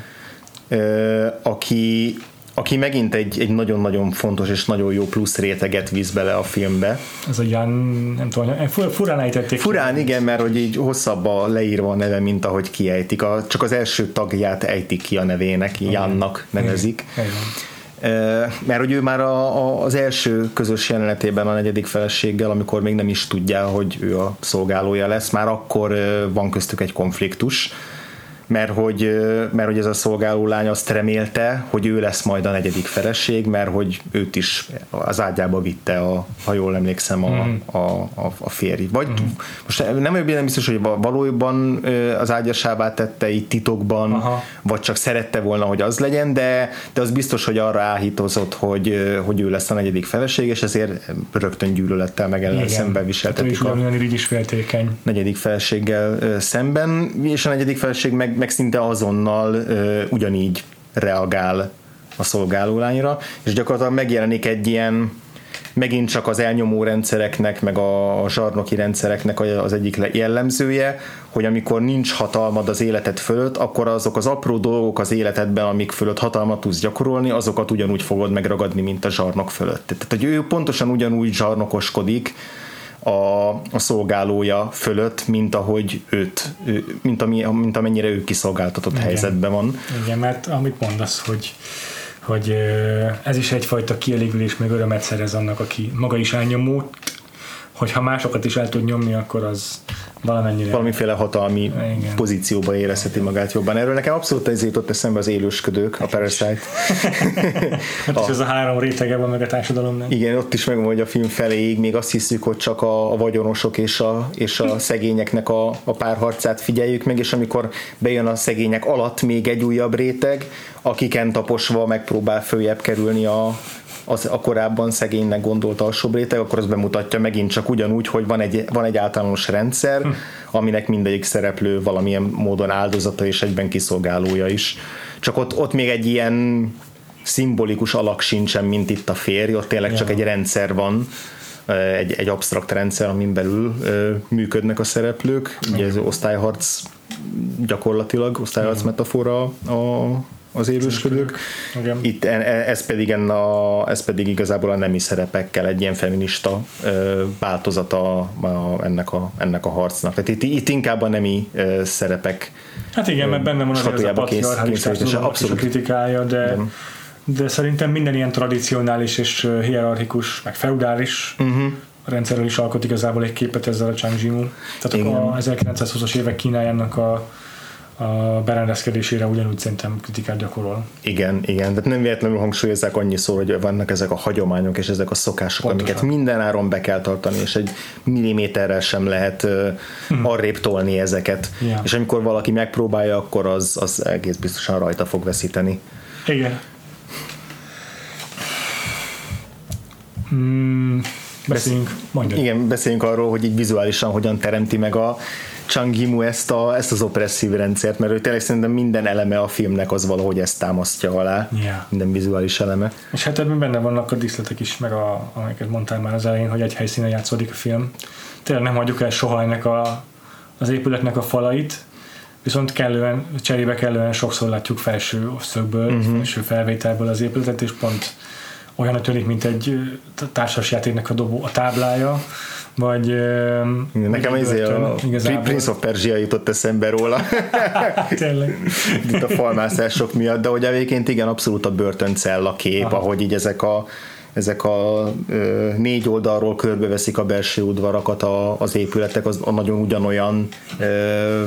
Aki, aki megint egy, egy nagyon-nagyon fontos és nagyon jó plusz réteget visz bele a filmbe. Ez a Jan, nem tudom, furán ejtették. Furán ki. Igen, mert hogy így hosszabb a leírva a neve, mint ahogy kiejtik. A, csak az első tagját ejtik ki a nevének, Jannak nevezik. Igen. Mert hogy ő már a, a, az első közös jelenetében a negyedik feleséggel, amikor még nem is tudja, hogy ő a szolgálója lesz, már akkor van köztük egy konfliktus, mert hogy, mert hogy ez a szolgáló lány azt remélte, hogy ő lesz majd a negyedik feleség, mert hogy őt is az ágyába vitte, a, ha jól emlékszem, a, mm. a, a, a férj. Vagy mm. most nem nem biztos, hogy valójában az ágyasává tette így titokban, aha. vagy csak szerette volna, hogy az legyen, de, de az biztos, hogy arra áhítozott, hogy, hogy ő lesz a negyedik feleség, és ezért rögtön gyűlölettel meg ellen szemben viseltetik a negyedik feleséggel szemben, és a negyedik feleség meg meg szinte azonnal ö, ugyanígy reagál a szolgálólányra, és gyakorlatilag megjelenik egy ilyen megint csak az elnyomó rendszereknek, meg a, a zsarnoki rendszereknek az egyik jellemzője, hogy amikor nincs hatalmad az életed fölött, akkor azok az apró dolgok az életedben, amik fölött hatalmat tudsz gyakorolni, azokat ugyanúgy fogod megragadni, mint a zsarnok fölött. Tehát, hogy ő pontosan ugyanúgy zsarnokoskodik A, a szolgálója fölött, mint ahogy őt, mint, ami, mint amennyire ő kiszolgáltatott igen. helyzetben van. Igen, mert amit mondasz, hogy, hogy ez is egyfajta kielégülés, meg örömet szerez annak, aki maga is elnyomó, hogyha másokat is el tud nyomni, akkor az valamennyire... Valamiféle hatalmi igen. pozícióba érezheti magát jobban. Erről nekem abszolút ez jutott eszembe az élősködők, a Parasite. Hát is ez a három rétege van meg a társadalomnak. Igen, ott is megvan, hogy a film feléig még azt hiszük, hogy csak a, a vagyonosok és a, és a szegényeknek a, a párharcát figyeljük meg, és amikor bejön a szegények alatt még egy újabb réteg, akiken taposva megpróbál följebb kerülni a az a korábban szegénynek gondolt alsóbb réteg, akkor az bemutatja megint csak ugyanúgy, hogy van egy, van egy általános rendszer, hm. aminek mindegyik szereplő valamilyen módon áldozata és egyben kiszolgálója is. Csak ott, ott még egy ilyen szimbolikus alak sincsen, mint itt a férj, ott tényleg ja. csak egy rendszer van, egy, egy absztrakt rendszer, amin belül ö, működnek a szereplők, ugye ez osztályharc gyakorlatilag osztályharc metafora a az élősködők. Okay. Itt ez pedig, a, ez pedig igazából a nemi szerepekkel egy ilyen feminista ö, változata a, ennek, a, ennek a harcnak. Tehát itt, itt inkább a nemi ö, szerepek. Hát igen, mert benne van az a patriarchális a kritikája, de, de szerintem minden ilyen tradicionális és hierarchikus, meg feudális uh-huh. rendszerről is alkot igazából egy képet ezzel a Zhang Yimou. Tehát igen. A ezerkilencszázhúszas évek Kínájának a a berendezkedésére ugyanúgy szerintem kritikát gyakorol. Igen, igen, de nem véletlenül hangsúlyozzák annyiszor, hogy vannak ezek a hagyományok és ezek a szokások, pontosan. Amiket minden áron be kell tartani, és egy milliméterrel sem lehet uh, hmm. arrébb tolni ezeket. Yeah. És amikor valaki megpróbálja, akkor az, az egész biztosan rajta fog veszíteni. Igen. Hmm, beszéljünk, mondjad. Igen, beszéljünk arról, hogy így vizuálisan hogyan teremti meg a Zhang Yimou ezt, a, ezt az opresszív rendszert, mert ő tényleg szerintem minden eleme a filmnek az valahogy ezt támasztja alá, yeah. minden vizuális eleme. És hát ebben benne vannak a díszletek is, meg a, amiket mondtál már az elején, hogy egy helyszínen játszódik a film. Tényleg nem hagyjuk el soha ennek a, az épületnek a falait, viszont kellően, cserébe kellően sokszor látjuk felső szögből, uh-huh. felső felvételből az épületet, és pont olyan tűnik, mint egy társasjátéknak a, dobó, a táblája, vagy nekem ezért a igazából. Prince of Persia jutott eszembe róla. Tényleg. Itt a falmászások miatt, de hogy egyébként igen, abszolút a börtöncella kép, aha. ahogy így ezek a ezek a ö, négy oldalról körbeveszik a belső udvarakat a, az épületek, az a nagyon ugyanolyan ö,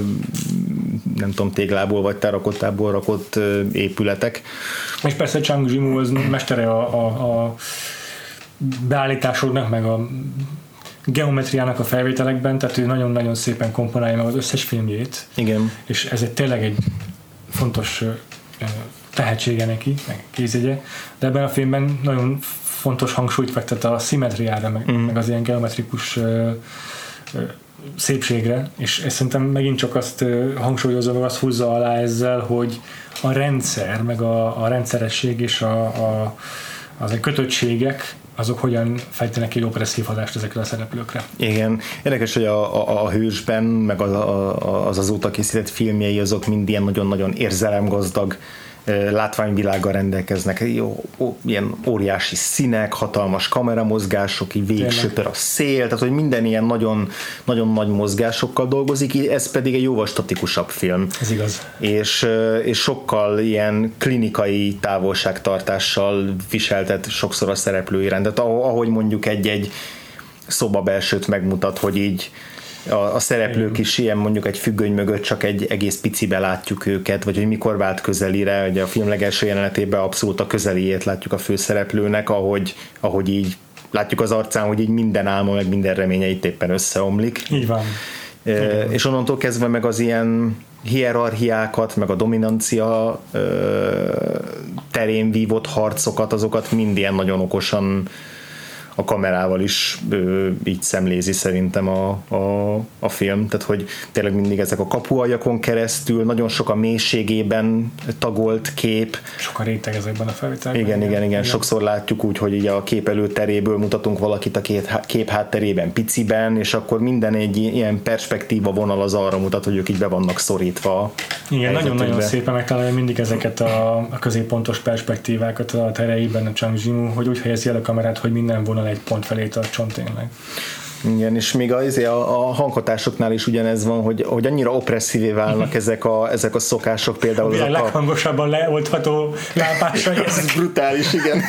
nem tudom, téglából vagy terrakottából rakott ö, épületek. És persze Zhang Yimou az mestere a, a, a beállításoknak, meg a geometriának a felvételekben, tehát ő nagyon-nagyon szépen komponálja meg az összes filmjét. Igen. És ez egy tényleg egy fontos tehetsége neki, meg kézjegye, de ebben a filmben nagyon fontos hangsúlyt fektet a szimmetriára, meg, mm. meg az ilyen geometrikus ö, ö, szépségre, és ezt szerintem megint csak azt ö, hangsúlyozza, meg azt húzza alá ezzel, hogy a rendszer, meg a, a rendszeresség és a, a, az a kötöttségek azok hogyan fejtenek egy opresszív hatást ezekre a szereplőkre. Igen. Érdekes, hogy a, a, a Hősben, meg az, a, az azóta készített filmjei, azok mind ilyen nagyon-nagyon érzelemgazdag látványvilággal rendelkeznek, jó, ó, ilyen óriási színek, hatalmas kameramozgások, így végig söpör a szél, tehát hogy minden ilyen nagyon, nagyon nagy mozgásokkal dolgozik, ez pedig egy jóval statikusabb film. Ez igaz. És, és sokkal ilyen klinikai távolságtartással viseltet sokszor a szereplő iránt. Tehát ahogy mondjuk egy-egy szobabelsőt megmutat, hogy így A, a szereplők is ilyen mondjuk egy függöny mögött csak egy egész picibe látjuk őket, vagy hogy mikor vált közelire, ugye a film legelső jelenetében abszolút a közeliét látjuk a főszereplőnek, ahogy, ahogy így látjuk az arcán, hogy így minden álma, meg minden reménye itt éppen összeomlik. Így van. E, Igen. És onnantól kezdve meg az ilyen hierarchiákat, meg a dominancia e, terén vívott harcokat, azokat mind ilyen nagyon okosan a kamerával is ö, így szemlézi szerintem a, a, a film, tehát hogy tényleg mindig ezek a kapuajakon keresztül, nagyon sok a mélységében tagolt kép. Sok a réteg ezekben a felvételekben. Igen, igen, igen, igen. Sokszor látjuk úgy, hogy így a kép előteréből mutatunk valakit a két, kép hátterében piciben, és akkor minden egy ilyen perspektíva vonal az arra mutat, hogy ők így be vannak szorítva. Igen, nagyon-nagyon szépen megtalálja mindig ezeket a, a középpontos perspektívákat a tereiben a Zhang Yimou, hogy úgy helyezi el a kamerát, hogy minden vonal egy pont felé tartson tényleg. Igen, és még a, a, a hanghatásoknál is ugyanez van, hogy, hogy annyira opresszívé válnak ezek a, ezek a szokások például. A leghangosabban leoltható lámpásai. Ez brutális, igen.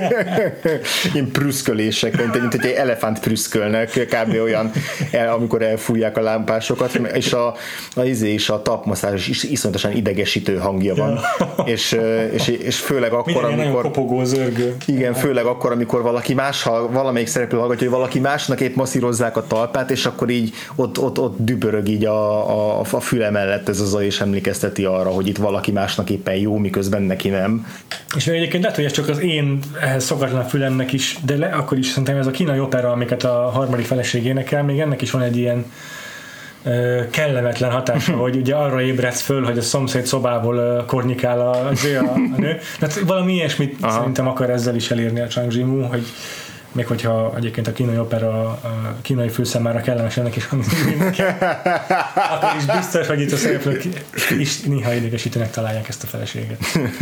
Ilyen prüszkölések, mint, mint hogy egy elefánt prüszkölnek, kb. Olyan, amikor elfújják a lámpásokat, és a, a izé is a tapmaszás is iszonyatosan idegesítő hangja van. és, és, és főleg akkor, minden amikor... kopogó, zörgő. Igen, főleg akkor, amikor valaki más, valamelyik szereplő hallgatja, hogy valaki másnak épp masszírozzák a talpát, és akkor így ott, ott, ott dübörög így a, a, a füle mellett ez az, és emlékezteti arra, hogy itt valaki másnak éppen jó, miközben neki nem. És egyébként lehet, hogy ez csak az én ehhez szokatlan fülemnek is, de le, akkor is szerintem ez a kínai opera, amiket a harmadik feleség énekel, még ennek is van egy ilyen ö, kellemetlen hatása, hogy ugye arra ébredsz föl, hogy a szomszéd szobából ö, kornyikál a, a, a nő. Tehát valami ilyesmit aha. szerintem akar ezzel is elérni a Zhang Yimou, hogy még hogyha egyébként a kínai opera a kínai főszámára kellemes ennek is hangzik, akkor is biztos, hogy itt a szereplők is néha idegesítőnek találják ezt a feleséget.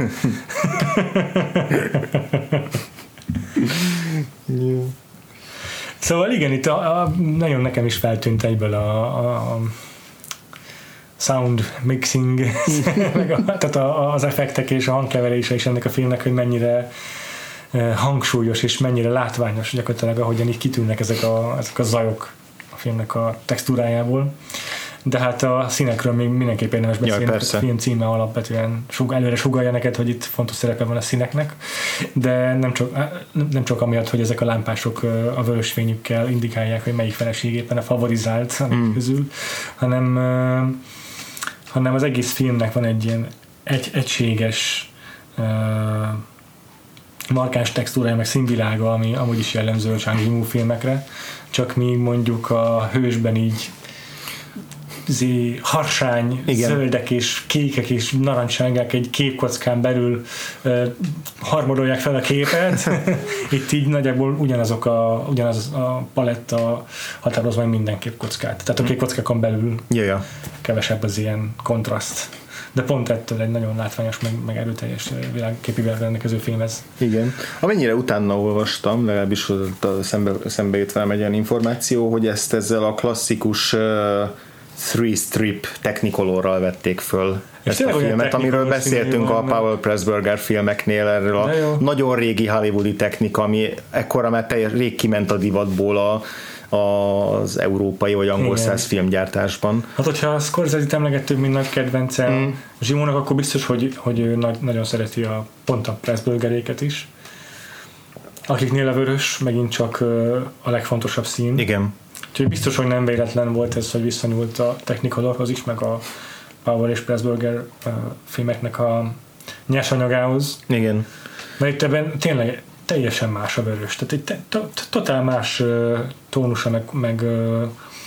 Szóval igen, itt a, a, nagyon nekem is feltűnt egyből a, a, a sound mixing, meg a, tehát a, az effektek és a hangkeverése is ennek a filmnek, hogy mennyire hangsúlyos és mennyire látványos gyakorlatilag, ahogyan így kitűnnek ezek a, ezek a zajok a filmnek a textúrájából. De hát a színekről még mindenképp érdemes beszélni, a film címe alapvetően sug, előre sugallja neked, hogy itt fontos szerepe van a színeknek, de nem csak, nem csak amiatt, hogy ezek a lámpások a vörös fényükkel indikálják, hogy melyik feleség éppen a favorizált a mm. közül, hanem, hanem az egész filmnek van egy ilyen egy, egységes markáns textúrája, meg színvilága, ami amúgy is jellemző a Zhang Yimou filmekre, csak mi mondjuk a Hősben így zé, harsány, igen. zöldek és kékek és narancssárgák egy képkockán belül uh, harmadolják fel a képet. Itt így nagyjából ugyanazok a, ugyanaz a paletta határoz meg minden képkockát. Tehát a képkockákon belül Jaja. kevesebb az ilyen kontraszt. De pont ettől egy nagyon látványos, meg, meg erőteljes világ, képi világra rendelkező film ez. Igen. Amennyire utána olvastam, legalábbis szembe, szembe jött velem egy olyan információ, hogy ezt ezzel a klasszikus uh, three strip Technicolorral vették föl ezt a filmet, amiről beszéltünk a Powell Pressburger filmeknél, erről a nagyon régi hollywoodi technika, ami ekkora már teljes, rég kiment a divatból a az európai vagy angol száz filmgyártásban. Hát, hogyha a Scorsese-t emlegettük, mint nagy kedvence mm. Zsimónak, akkor biztos, hogy, hogy ő nagy, nagyon szereti a pont a Pressburgeréket is. Akiknél a vörös megint csak a legfontosabb szín. Igen. Úgyhogy biztos, hogy nem véletlen volt ez, hogy visszanyúlt a Technicolorhoz is, meg a Powell és Pressburger filmeknek a nyersanyagához. Igen. Mert itt ebben tényleg teljesen más a vörös. Tehát egy totál más uh, tónusa, meg, meg, uh,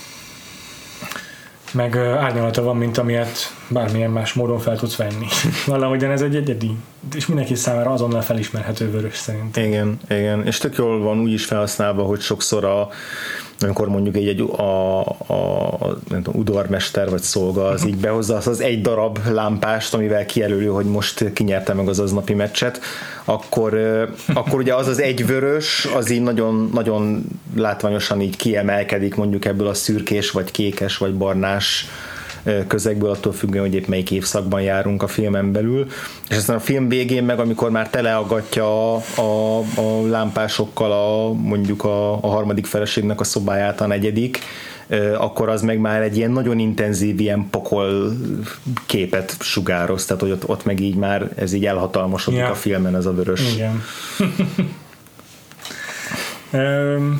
meg uh, árnyalata van, mint amilyet bármilyen más módon fel tudsz venni. Valahogyan ez egy egyedi, és mindenki számára azonnal felismerhető vörös szerintem. Igen, igen. És tök jól van úgy is felhasználva, hogy sokszor a amikor mondjuk egy, egy a, a, nem tudom, udvarmester vagy szolga az így behozza az, az egy darab lámpást, amivel kijelöli, hogy most kinyerte meg az aznapi meccset, akkor, akkor ugye az az egy vörös, az így nagyon, nagyon látványosan így kiemelkedik mondjuk ebből a szürkés, vagy kékes, vagy barnás közegből, attól függően, hogy épp melyik évszakban járunk a filmen belül, és aztán a film végén meg, amikor már teleaggatja a, a, a lámpásokkal a, mondjuk a, a harmadik feleségnek a szobáját, a negyedik, akkor az meg már egy ilyen nagyon intenzív, ilyen pokol képet sugároz, tehát hogy ott, ott meg így már ez így elhatalmasodik ja. a filmen, ez a vörös. Igen. um.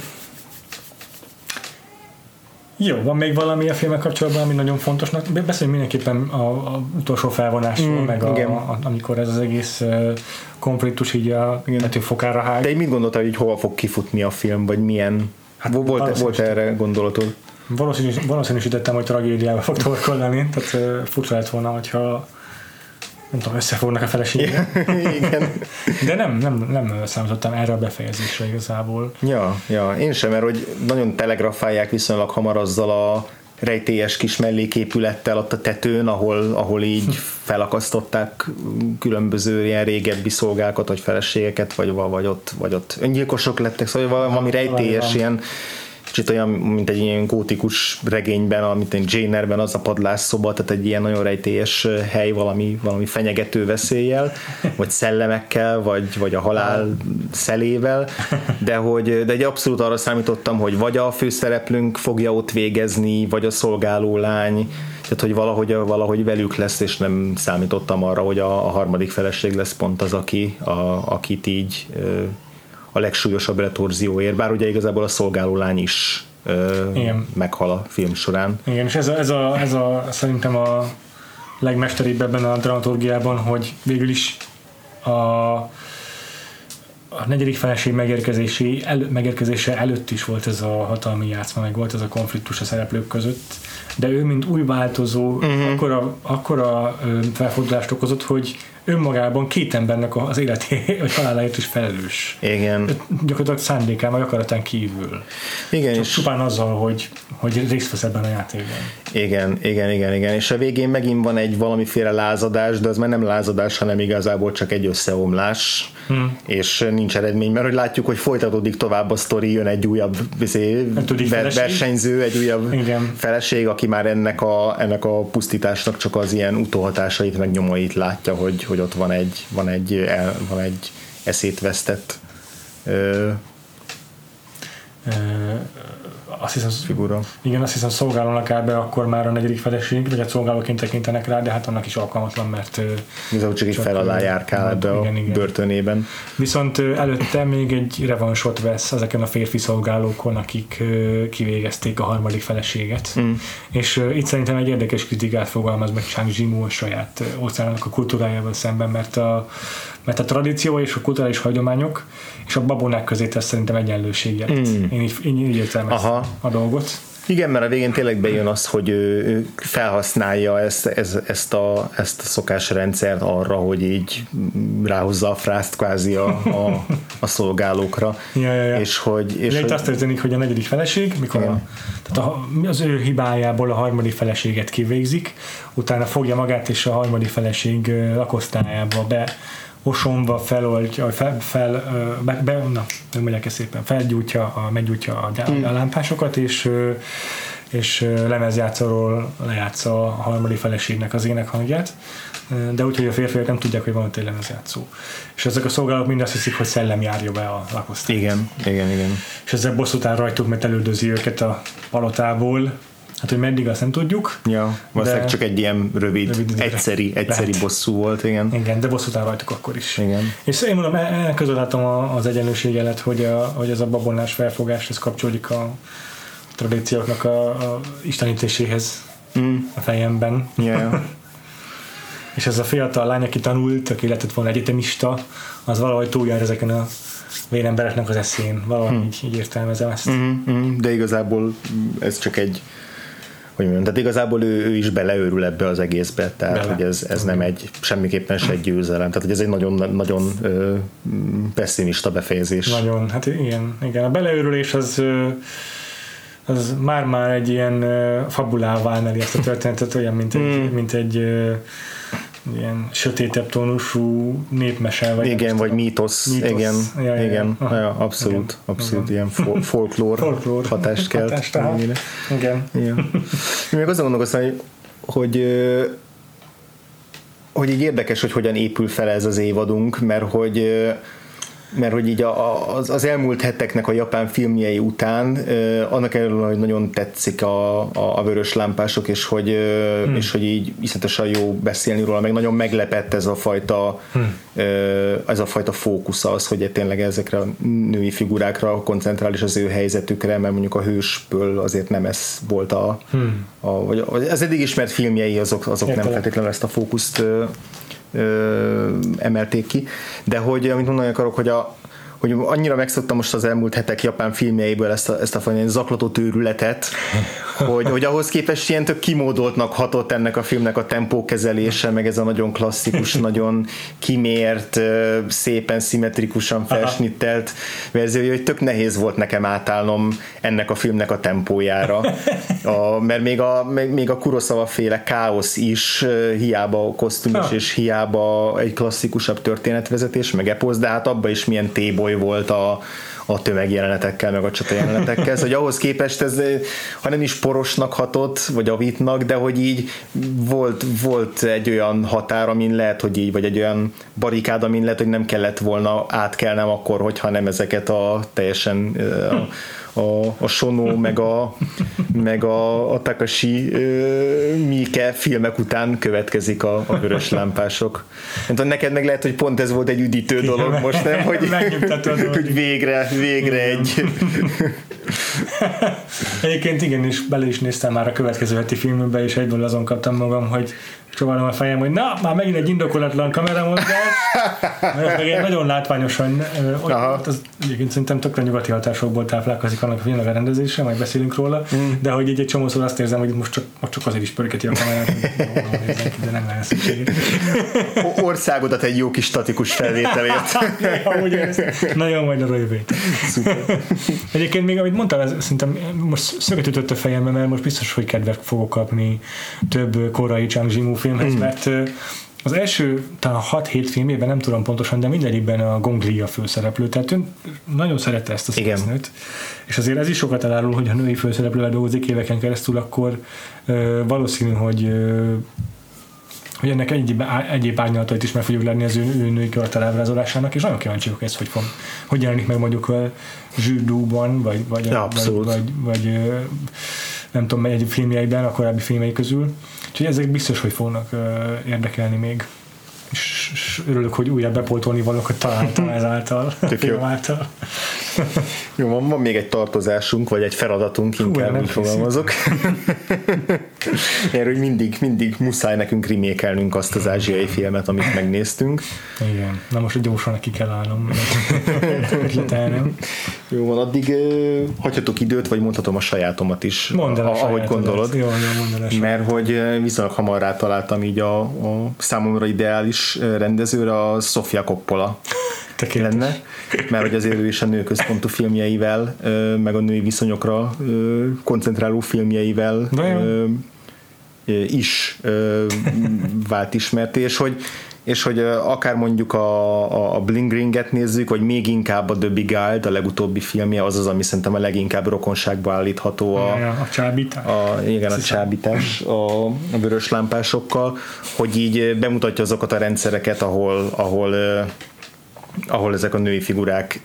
Jó, van még valami a filmek kapcsolatban, ami nagyon fontosnak? Beszéljünk mindenképpen a, a utolsó felvonásról, mm, meg a, a, amikor ez az egész uh, konfliktus így a tetőfokára hág. De így mit gondoltál, hogy hova fog kifutni a film, vagy milyen? Hát volt, volt erre gondolatod? Valószínűs, valószínűsítettem, hogy tragédiába fog torkollani, tehát uh, furcsa lett volna, hogyha nem tudom, összefognak a feleségek. Igen. De nem, nem, nem számítottam erre a befejezésre igazából. Ja, ja, én sem, mert hogy nagyon telegrafálják viszonylag hamar azzal a rejtélyes kis melléképülettel ott a tetőn, ahol, ahol így felakasztották különböző ilyen régebbi szolgákat, vagy feleségeket, vagy, vagy, ott, vagy ott öngyilkosok lettek, szóval valami rejtélyes ilyen, kicsit olyan, mint egy ilyen gótikus regényben, amit egy Jane Eyre-ben az a padlásszoba, tehát egy ilyen nagyon rejtélyes hely valami, valami fenyegető veszéllyel, vagy szellemekkel, vagy, vagy a halál szelével, de, hogy, de egy abszolút arra számítottam, hogy vagy a főszereplőnk fogja ott végezni, vagy a szolgáló lány, tehát hogy valahogy, valahogy velük lesz, és nem számítottam arra, hogy a, a harmadik feleség lesz pont az, aki, a, akit így a legsúlyosabb retorzióért, bár ugye igazából a szolgáló lány is ö, meghal a film során. Igen, és ez a, ez, a, ez a szerintem a legmesteribb ebben a dramaturgiában, hogy végül is a, a negyedik feleség megérkezési, elő, megérkezése előtt is volt ez a hatalmi játszma, meg volt ez a konfliktus a szereplők között, de ő, mint új változó, uh-huh. akkora, akkora felfordulást okozott, hogy önmagában két embernek az életé, vagy haláláért is felelős. Igen. Gyakorlatilag szándékán vagy akaratán kívül. Igen, csak és csupán azzal, hogy, hogy részt vesz ebben a játékban. Igen, igen, igen, igen. És a végén megint van egy valamiféle lázadás, de az már nem lázadás, hanem igazából csak egy összeomlás, hmm. és nincs eredmény, mert hogy látjuk, hogy folytatódik tovább a sztori, jön egy újabb bizé, ver, versenyző, egy újabb igen. feleség, aki már ennek a, ennek a pusztításnak csak az ilyen utóhatásait, meg nyomait látja, hogy, hogy ott van egy, van egy, el, van egy eszét vesztett ö, azt hiszem, figura. Igen, azt hiszem szolgálónak áll be akkor már a negyedik feleség, vagy a szolgálóként tekintenek rá, de hát annak is alkalmatlan, mert igazából csak egy fel alá járkál ebbe a igen, igen. börtönében. Viszont előtte még egy revansot vesz ezeken a férfi szolgálókon, akik kivégezték a harmadik feleséget. Mm. És itt szerintem egy érdekes kritikát fogalmaz meg Zhang Yimou a saját országának a kultúrájával szemben, mert a mert a tradíció és a kulturális hagyományok és a babonák közé tesz szerintem egyenlőséget. Mm. Én így, így értelmeztem a dolgot. Igen, mert a végén tényleg bejön az, hogy ő felhasználja ezt, ez, ezt, a, ezt a szokásrendszert arra, hogy így ráhozza a frászt kvázi a, a, a szolgálókra. Ja, ja, ja. És hogy... És itt hogy... azt történik, hogy a negyedik feleség, mikor a, tehát a, az ő hibájából a harmadik feleséget kivégzik, utána fogja magát és a harmadik feleség lakosztályába be osonva feloldja, fel, fel be, be, na, nem mondják ezt szépen, felgyújtja, a, meggyújtja a, a lámpásokat, és, és lemezjátszóról lejátsza a harmadik feleségnek az énekhangját, de úgy, hogy a férfiak nem tudják, hogy van ott egy lemezjátszó. És ezek a szolgálók mind azt hiszik, hogy szellem járja be a lakosztályt. Igen, igen, igen. És ezzel bosszút áll rajtuk, mert elüldözi őket a palotából. Hát, hogy meddig, azt nem tudjuk. Ja, valószínűleg csak egy ilyen rövid, rövid egyszeri, egyszeri bosszú volt, igen. Igen, de bosszút áll rajtuk akkor is. Igen. És én mondom, elközölátom az egyenlőség elet, hogy, a, hogy ez a babonás felfogás, ez kapcsolódik a tradícióknak a, a istenítéséhez mm. a fejemben. Yeah. És ez a fiatal lány, aki tanult, aki lehetett volna egyetemista, az valahogy túljár ezeken a vérembereknek az eszén. Valahogy mm. így, így értelmezem ezt. Mm-hmm. De igazából ez csak egy hogy mondjam, tehát igazából ő, ő is beleőrül ebbe az egészbe, tehát Bele. hogy ez, ez nem egy, semmiképpen se egy győzelem, tehát hogy ez egy nagyon, nagyon ö, pessimista befejezés. Nagyon, hát igen, igen. A beleőrülés az, az már-már egy ilyen fabulává emeli ezt a történetet, olyan, mint egy, mm. mint egy ilyen sötétebb tónusú népmese. Vagy igen, vagy mítosz. mítosz. Igen, ja, ja, igen. Ja. Ja, abszolút, igen. abszolút igen. ilyen folklór hatást kelt. Hatást, igen. igen. Még azon gondolkoztam, hogy, hogy hogy így érdekes, hogy hogyan épül fel ez az évadunk, mert hogy mert hogy így a, az, az elmúlt heteknek a japán filmjei után eh, annak ellenére, hogy nagyon tetszik a, a, a vörös lámpások, és hogy, hmm. és hogy így iszonyatosan jó beszélni róla, meg nagyon meglepett ez a fajta hmm. eh, ez a fajta fókusz az, hogy tényleg ezekre a női figurákra koncentrál, és az ő helyzetükre, mert mondjuk a hősből azért nem ez volt a, hmm. a vagy az eddig ismert filmjei, azok, azok nem feltétlenül ezt a fókuszt Ö, emelték ki, de hogy amit mondani akarok, hogy, a, hogy annyira megszoktam most az elmúlt hetek japán filmjeiből ezt a, ezt a fajta zaklató őrületet, hogy, hogy ahhoz képest ilyen tök kimódoltnak hatott ennek a filmnek a tempókezelése, meg ez a nagyon klasszikus, nagyon kimért, szépen szimmetrikusan felsnittelt verziója, hogy tök nehéz volt nekem átállnom ennek a filmnek a tempójára. A, mert még a, még a Kurosawa féle káosz is, hiába kosztümös és hiába egy klasszikusabb történetvezetés, meg eposz, de hát abban is milyen téboly volt a a tömegjelenetekkel, meg a csatajelenetekkel. Szóval ahhoz képest ez, ha nem is porosnak hatott, vagy avítnak, de hogy így volt, volt egy olyan határ, amin lehet, hogy így, vagy egy olyan barikád, amin lehet, hogy nem kellett volna átkelnem akkor, hogyha nem ezeket a teljesen a, a, a Sono, meg a, meg a, a Takashi uh, Miike filmek után következik a, a vörös lámpások. Nem, neked meg lehet, hogy pont ez volt egy üdítő dolog igen, most, nem? Hogy, hogy végre, végre egy... Egyébként igen, és bele is néztem már a következő heti filmbe, és egyből azon kaptam magam, hogy csóválom a fejem, hogy na, már megint egy indokolatlan kameramozgás, mert meg nagyon látványosan, ott az egyébként szerintem tökre nyugati hatásokból táplálkozik annak a filmnek a rendezése, majd beszélünk róla, mm. de hogy egy, egy csomószor azt érzem, hogy most csak, most csak azért is pörgeti a kamerát, hogy de nem lenne szükség. Országodat egy jó kis statikus felvételért. Nagyon majd a rövét. Egyébként még, amit mondtál, szerintem most szöget ütött a fejembe, mert most biztos, hogy kedvet fogok kapni több korai Zhang Yimou filmhez, mm. mert az első talán hat-hét filmében, nem tudom pontosan, de mindegyikben a Gong Li a főszereplő, tehát ön nagyon szerette ezt a színésznőt, és azért ez is sokat elárul, hogy a női főszereplővel dolgozik éveken keresztül, akkor ö, valószínű, hogy ö, hogy ennek egyéb, egyéb árnyalatait is meg fogjuk lenni az ő, ő női karakter ábrázolásának, és nagyon kíváncsi vagyok ez, hogy fog, hogy jelenik meg mondjuk a Zsűdúban, vagy, vagy, ja, vagy, vagy, vagy nem tudom, egy filmjeiben, a korábbi filmjei közül. Úgyhogy ezek biztos, hogy fognak érdekelni még. És, és örülök, hogy újra bepótolni valókat találtam ezáltal, a film által. Jó, van, van még egy tartozásunk, vagy egy feladatunk, inkább Hú, úgy fogalmazok. Erről, hogy mindig, mindig muszáj nekünk remékelnünk azt az ázsiai filmet, amit megnéztünk. Igen, na most gyorsan neki kell állnom. Jó van, addig uh, hagyhatok időt, vagy mondhatom a sajátomat is, Mondd el a ahogy gondolod. Jó, jó, mert hogy viszonylag hamar rátaláltam így a, a számomra ideális rendezőre, a Sofia Coppola lenne, mert hogy azért ő is a nőközpontú filmjeivel, meg a női viszonyokra koncentráló filmjeivel is vált ismerté, és hogy és hogy akár mondjuk a, a Bling Ringet nézzük, vagy még inkább a The Beguiled, a legutóbbi filmje, az az, ami szerintem a leginkább rokonságba állítható a, ja, a csábítás. A, igen, a csábítás a, a vörös lámpásokkal, hogy így bemutatja azokat a rendszereket, ahol, ahol, ahol ezek a női figurák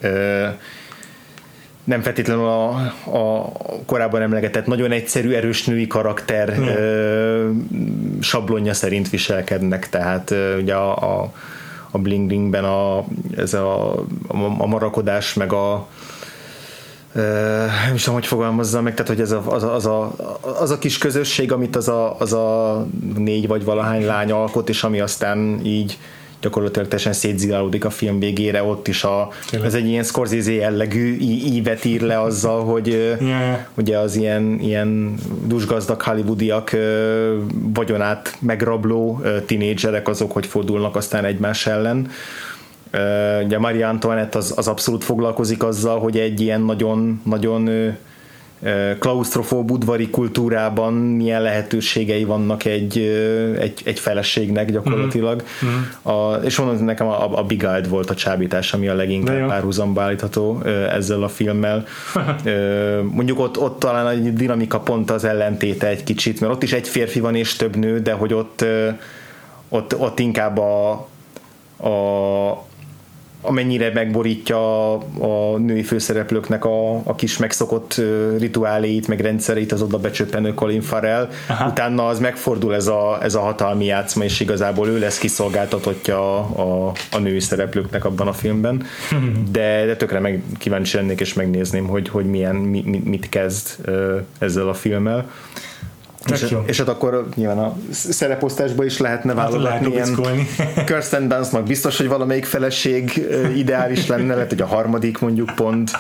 nem feltétlenül a, a korábban emlegetett nagyon egyszerű, erős női karakter mm. ö, sablonja szerint viselkednek, tehát ö, ugye a, a, a Bling Blingben a, ez a, a, a marakodás, meg a ö, nem is tudom, hogy fogalmazzam meg, tehát hogy ez a, az, a, az, a, az a kis közösség, amit az a, az a négy vagy valahány lány alkot, és ami aztán így gyakorlatilag teljesen szétzilálódik a film végére, ott is a, ez egy ilyen Scorsese jellegű ívet ír le azzal, hogy yeah. ugye az ilyen, ilyen dusgazdag hollywoodiak vagyonát megrabló tinédzserek azok, hogy fordulnak aztán egymás ellen. Ugye Marie Antoinette az, az abszolút foglalkozik azzal, hogy egy ilyen nagyon, nagyon klausztrofób udvari kultúrában milyen lehetőségei vannak egy, egy, egy feleségnek gyakorlatilag. Mm-hmm. A, és mondom, nekem a, a Beguiled volt a csábítás, ami a leginkább párhuzamba állítható ezzel a filmmel. Mondjuk ott, ott talán a dinamika pont az ellentéte egy kicsit, mert ott is egy férfi van és több nő, de hogy ott, ott, ott inkább a, a amennyire megborítja a női főszereplőknek a, a kis megszokott rituáléit, meg rendszereit az oda becsöppenő Colin Farrell. Aha. Utána az megfordul ez a, ez a hatalmi játszma, és igazából ő lesz kiszolgáltatottja a, a, a női szereplőknek abban a filmben. De, de tökre meg kíváncsi lennék, és megnézném, hogy, hogy milyen, mi, mit kezd ezzel a filmmel. És, és hát akkor nyilván a szereposztásban is lehetne válogatni hát, ilyen Kirsten Dunstnak biztos, hogy valamelyik feleség ideális lenne, lehet, hogy a harmadik mondjuk pont.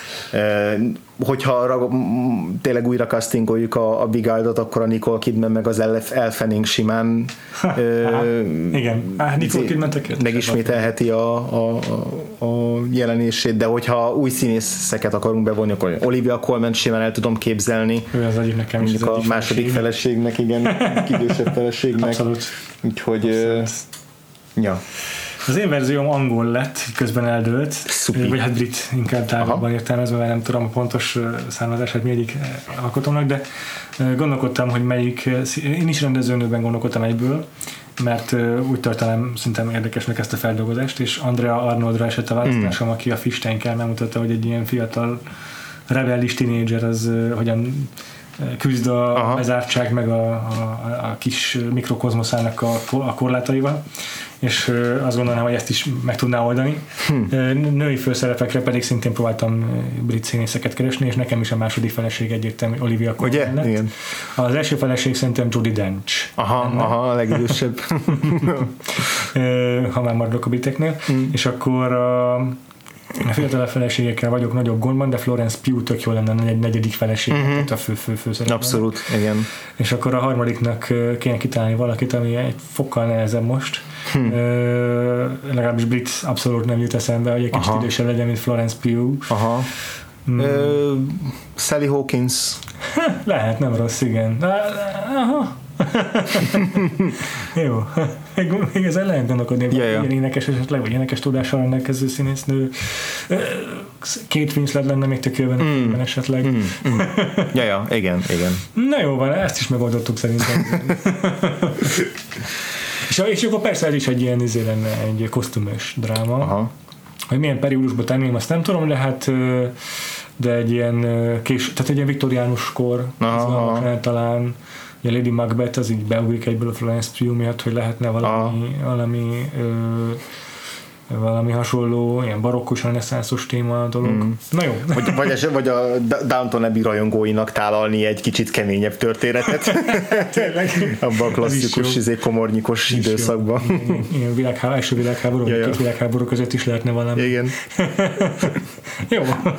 Hogyha tényleg újra castingoljuk a, a Beguiled-ot, akkor a Nicole Kidman meg az Elle Fanning simán ha, igen, ah, Nicole Kidman megismételheti a, a, a jelenését, de hogyha új színészeket akarunk bevonni, akkor Olivia Colman simán el tudom képzelni. Ő az egyik nekem is, a második feleségnek, igen, idősebb feleségnek. Abszolút. Úgyhogy uh, ja. Az én verzióm angol lett, közben eldőlt, Szupi. Vagy hát brit inkább tágabban értelmezve, mert nem tudom a pontos származását mindegyik alkotónak, de gondolkodtam, hogy melyik, én is rendezőnőben gondolkodtam egyből, mert úgy tartanám szintén érdekesnek ezt a feldolgozást, és Andrea Arnoldra esett a választásom, mm. aki a Fish Tanker megmutatta, hogy egy ilyen fiatal rebellis tínédzser az hogyan küzd a Aha. bezártság meg a, a, a kis mikrokozmoszának a, a korlátaival, és azt gondolnám, hogy ezt is meg tudná oldani. Hm. Női főszerepekre pedig szintén próbáltam brit színészeket keresni, és nekem is a második feleség egyértelmű Olivia Colman lett. Igen. Az első feleség szerintem Judi Dench. Aha, aha, a legidősebb. Ha már maradok a briteknél. Hm. És akkor a, a fiatalabb feleségekkel vagyok nagyobb gondban, de Florence Pugh tök jó lenne egy negyedik feleség, uh-huh. a fő, fő, fő szerepben. Abszolút, igen. És akkor a harmadiknak kéne kitalálni valakit, ami egy fokkal nehezebb most. Hmm. Ö, legalábbis brit abszolút nem jut eszembe, hogy egy kicsit idősebb legyen, mint Florence Pugh. Aha. Hmm. Ö, Sally Hawkins. Lehet, nem rossz, igen. Aha. Jó. Még, még ezen lehet gondolkodni, hogy ilyen énekes esetleg, vagy énekes tudással rendelkező színésznő. Kate Winslet lenne még tök jövően mm. esetleg. Mm. Mm. Ja, ja, igen, igen. Na jó van, ezt is megoldottuk szerintem. és, és akkor persze ez is egy ilyen izé lenne, egy kosztümös dráma. Aha. Hogy milyen periódusba tenném, azt nem tudom, de hát de egy ilyen kés, tehát egy ilyen viktoriánus kor talán. A Lady Macbeth az így beugrik egyből a Florence Pugh miatt, hogy lehetne valami, valami, ö, valami hasonló, ilyen barokkos, reneszánszos téma a dolog. Mm. Na jó. Vagy, vagy, vagy a Downton Abbey rajongóinak tálalni egy kicsit keményebb történetet. Tényleg. Abban a klasszikus, izé, komornyikos időszakban. Igen, igen világháború, első világháború, ja, két világháború között is lehetne valami. Igen. Jó.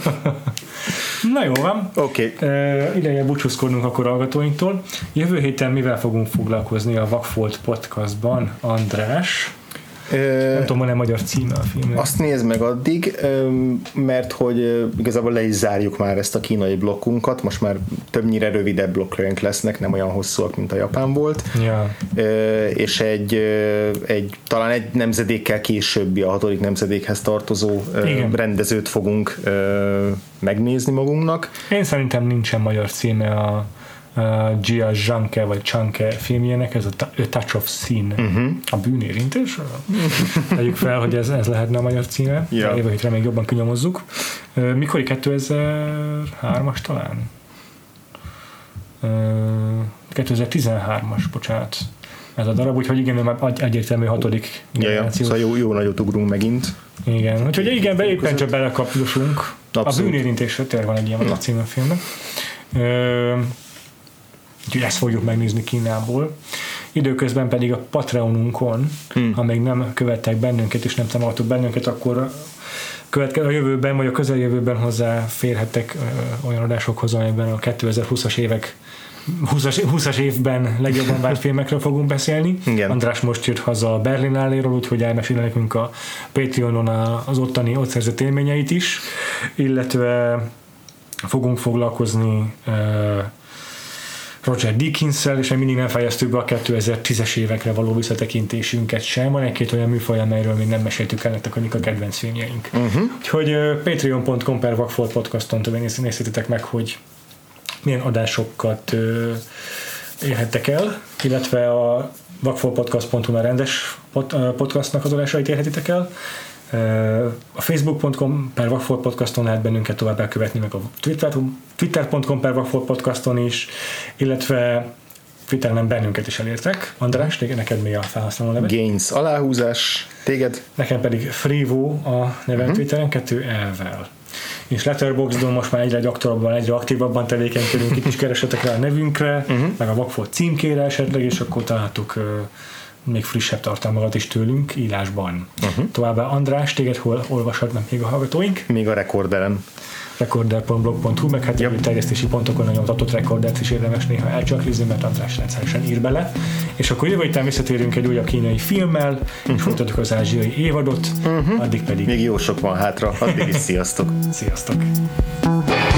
Na jó van. Oké. Okay. Uh, ideje búcsúzkodnunk akkor hallgatóinktól. Jövő héten mivel fogunk foglalkozni a Vakfolt podcastban, András? Uh, nem tudom, van-e magyar címe a filmnek? Azt nézd meg addig, mert hogy igazából le is zárjuk már ezt a kínai blokkunkat, most már többnyire rövidebb blokkjaink lesznek, nem olyan hosszúak, mint a japán volt. Ja. Uh, és egy, egy talán egy nemzedékkel későbbi, a hatodik nemzedékhez tartozó uh, rendezőt fogunk uh, megnézni magunknak. Én szerintem nincsen magyar címe a Uh, Jia Zhangke vagy Changke filmjének, ez a, a Touch of Sin, uh-huh. a bűnérintés. Tegyük fel, hogy ez, ez lehetne a magyar címe. Yeah. Jövő hétre még jobban kinyomozzuk. Uh, mikori kétezer-hármas talán? Uh, kétezer-tizenhármas, bocsánat. Ez a darab, úgyhogy igen, már egyértelmű hatodik generációs. Ja, ja. Szóval jó, jó nagyot ugrunk megint. Igen, úgyhogy igen, be, éppen csak belekapjusunk. A bűnérintésre tényleg van egy ilyen magyar címe a filmnek. Uh, Úgyhogy ezt fogjuk megnézni Kínából. Időközben pedig a Patreonunkon, hmm. ha még nem követtek bennünket és nem támogattuk bennünket, akkor a jövőben vagy a közeljövőben hozzáférhettek olyan adásokhoz, amelyben a kétezer-húszas évek húszas évben legjobban várt filmekről fogunk beszélni. Igen. András most jött haza a Berlinálléről, úgyhogy elmesél nekünk a Patreonon az ottani ott szerzett élményeit is, illetve fogunk foglalkozni Roger Deakins-szel, és mindig nem fejeztük be a kétezer-tízes évekre való visszatekintésünket sem. Van egy-két olyan műfaj, amelyről még nem meséltük el nektek, amik a kedvenc filmjeink. Uh-huh. Úgyhogy uh, patreon pont com per Vakfolt podcaston nézhetitek meg, hogy milyen adásokat uh, érhettek el, illetve a vakfoltpodcast pont hu a rendes pod, uh, podcastnak az adásait érhetitek el. A facebook pont com per Vakfolt podcaston lehet bennünket tovább elkövetni, meg a twitter pont com per Vakfolt podcaston is, illetve Twitteren bennünket is elértek. András, neked mi a felhasználó neve? Gains aláhúzás, téged? Nekem pedig Freevo a nevem uh-huh. Twitteren, kettő elvel. És Letterboxdon most már egyre gyakrabban, egyre aktívabban tevékenykedünk, itt is keresetek rá a nevünkre, uh-huh. meg a Vakfolt címkére esetleg, és akkor találtuk uh, még frissebb tartalmakat is tőlünk írásban. Uh-huh. Továbbá András, téged hol olvashatnak még a hallgatóink? Még a Recorderen. recorder pont blog pont hu, meg hát yep. terjesztési pontokon a nyomtatott Recordert is érdemes néha elcsaklizni, mert András rendszeresen ír bele. És akkor jövő héten visszatérünk egy újabb kínai filmmel, uh-huh. és folytatjuk az ázsiai évadot, uh-huh. addig pedig... Még jó sok van hátra, addig is sziasztok! Sziasztok!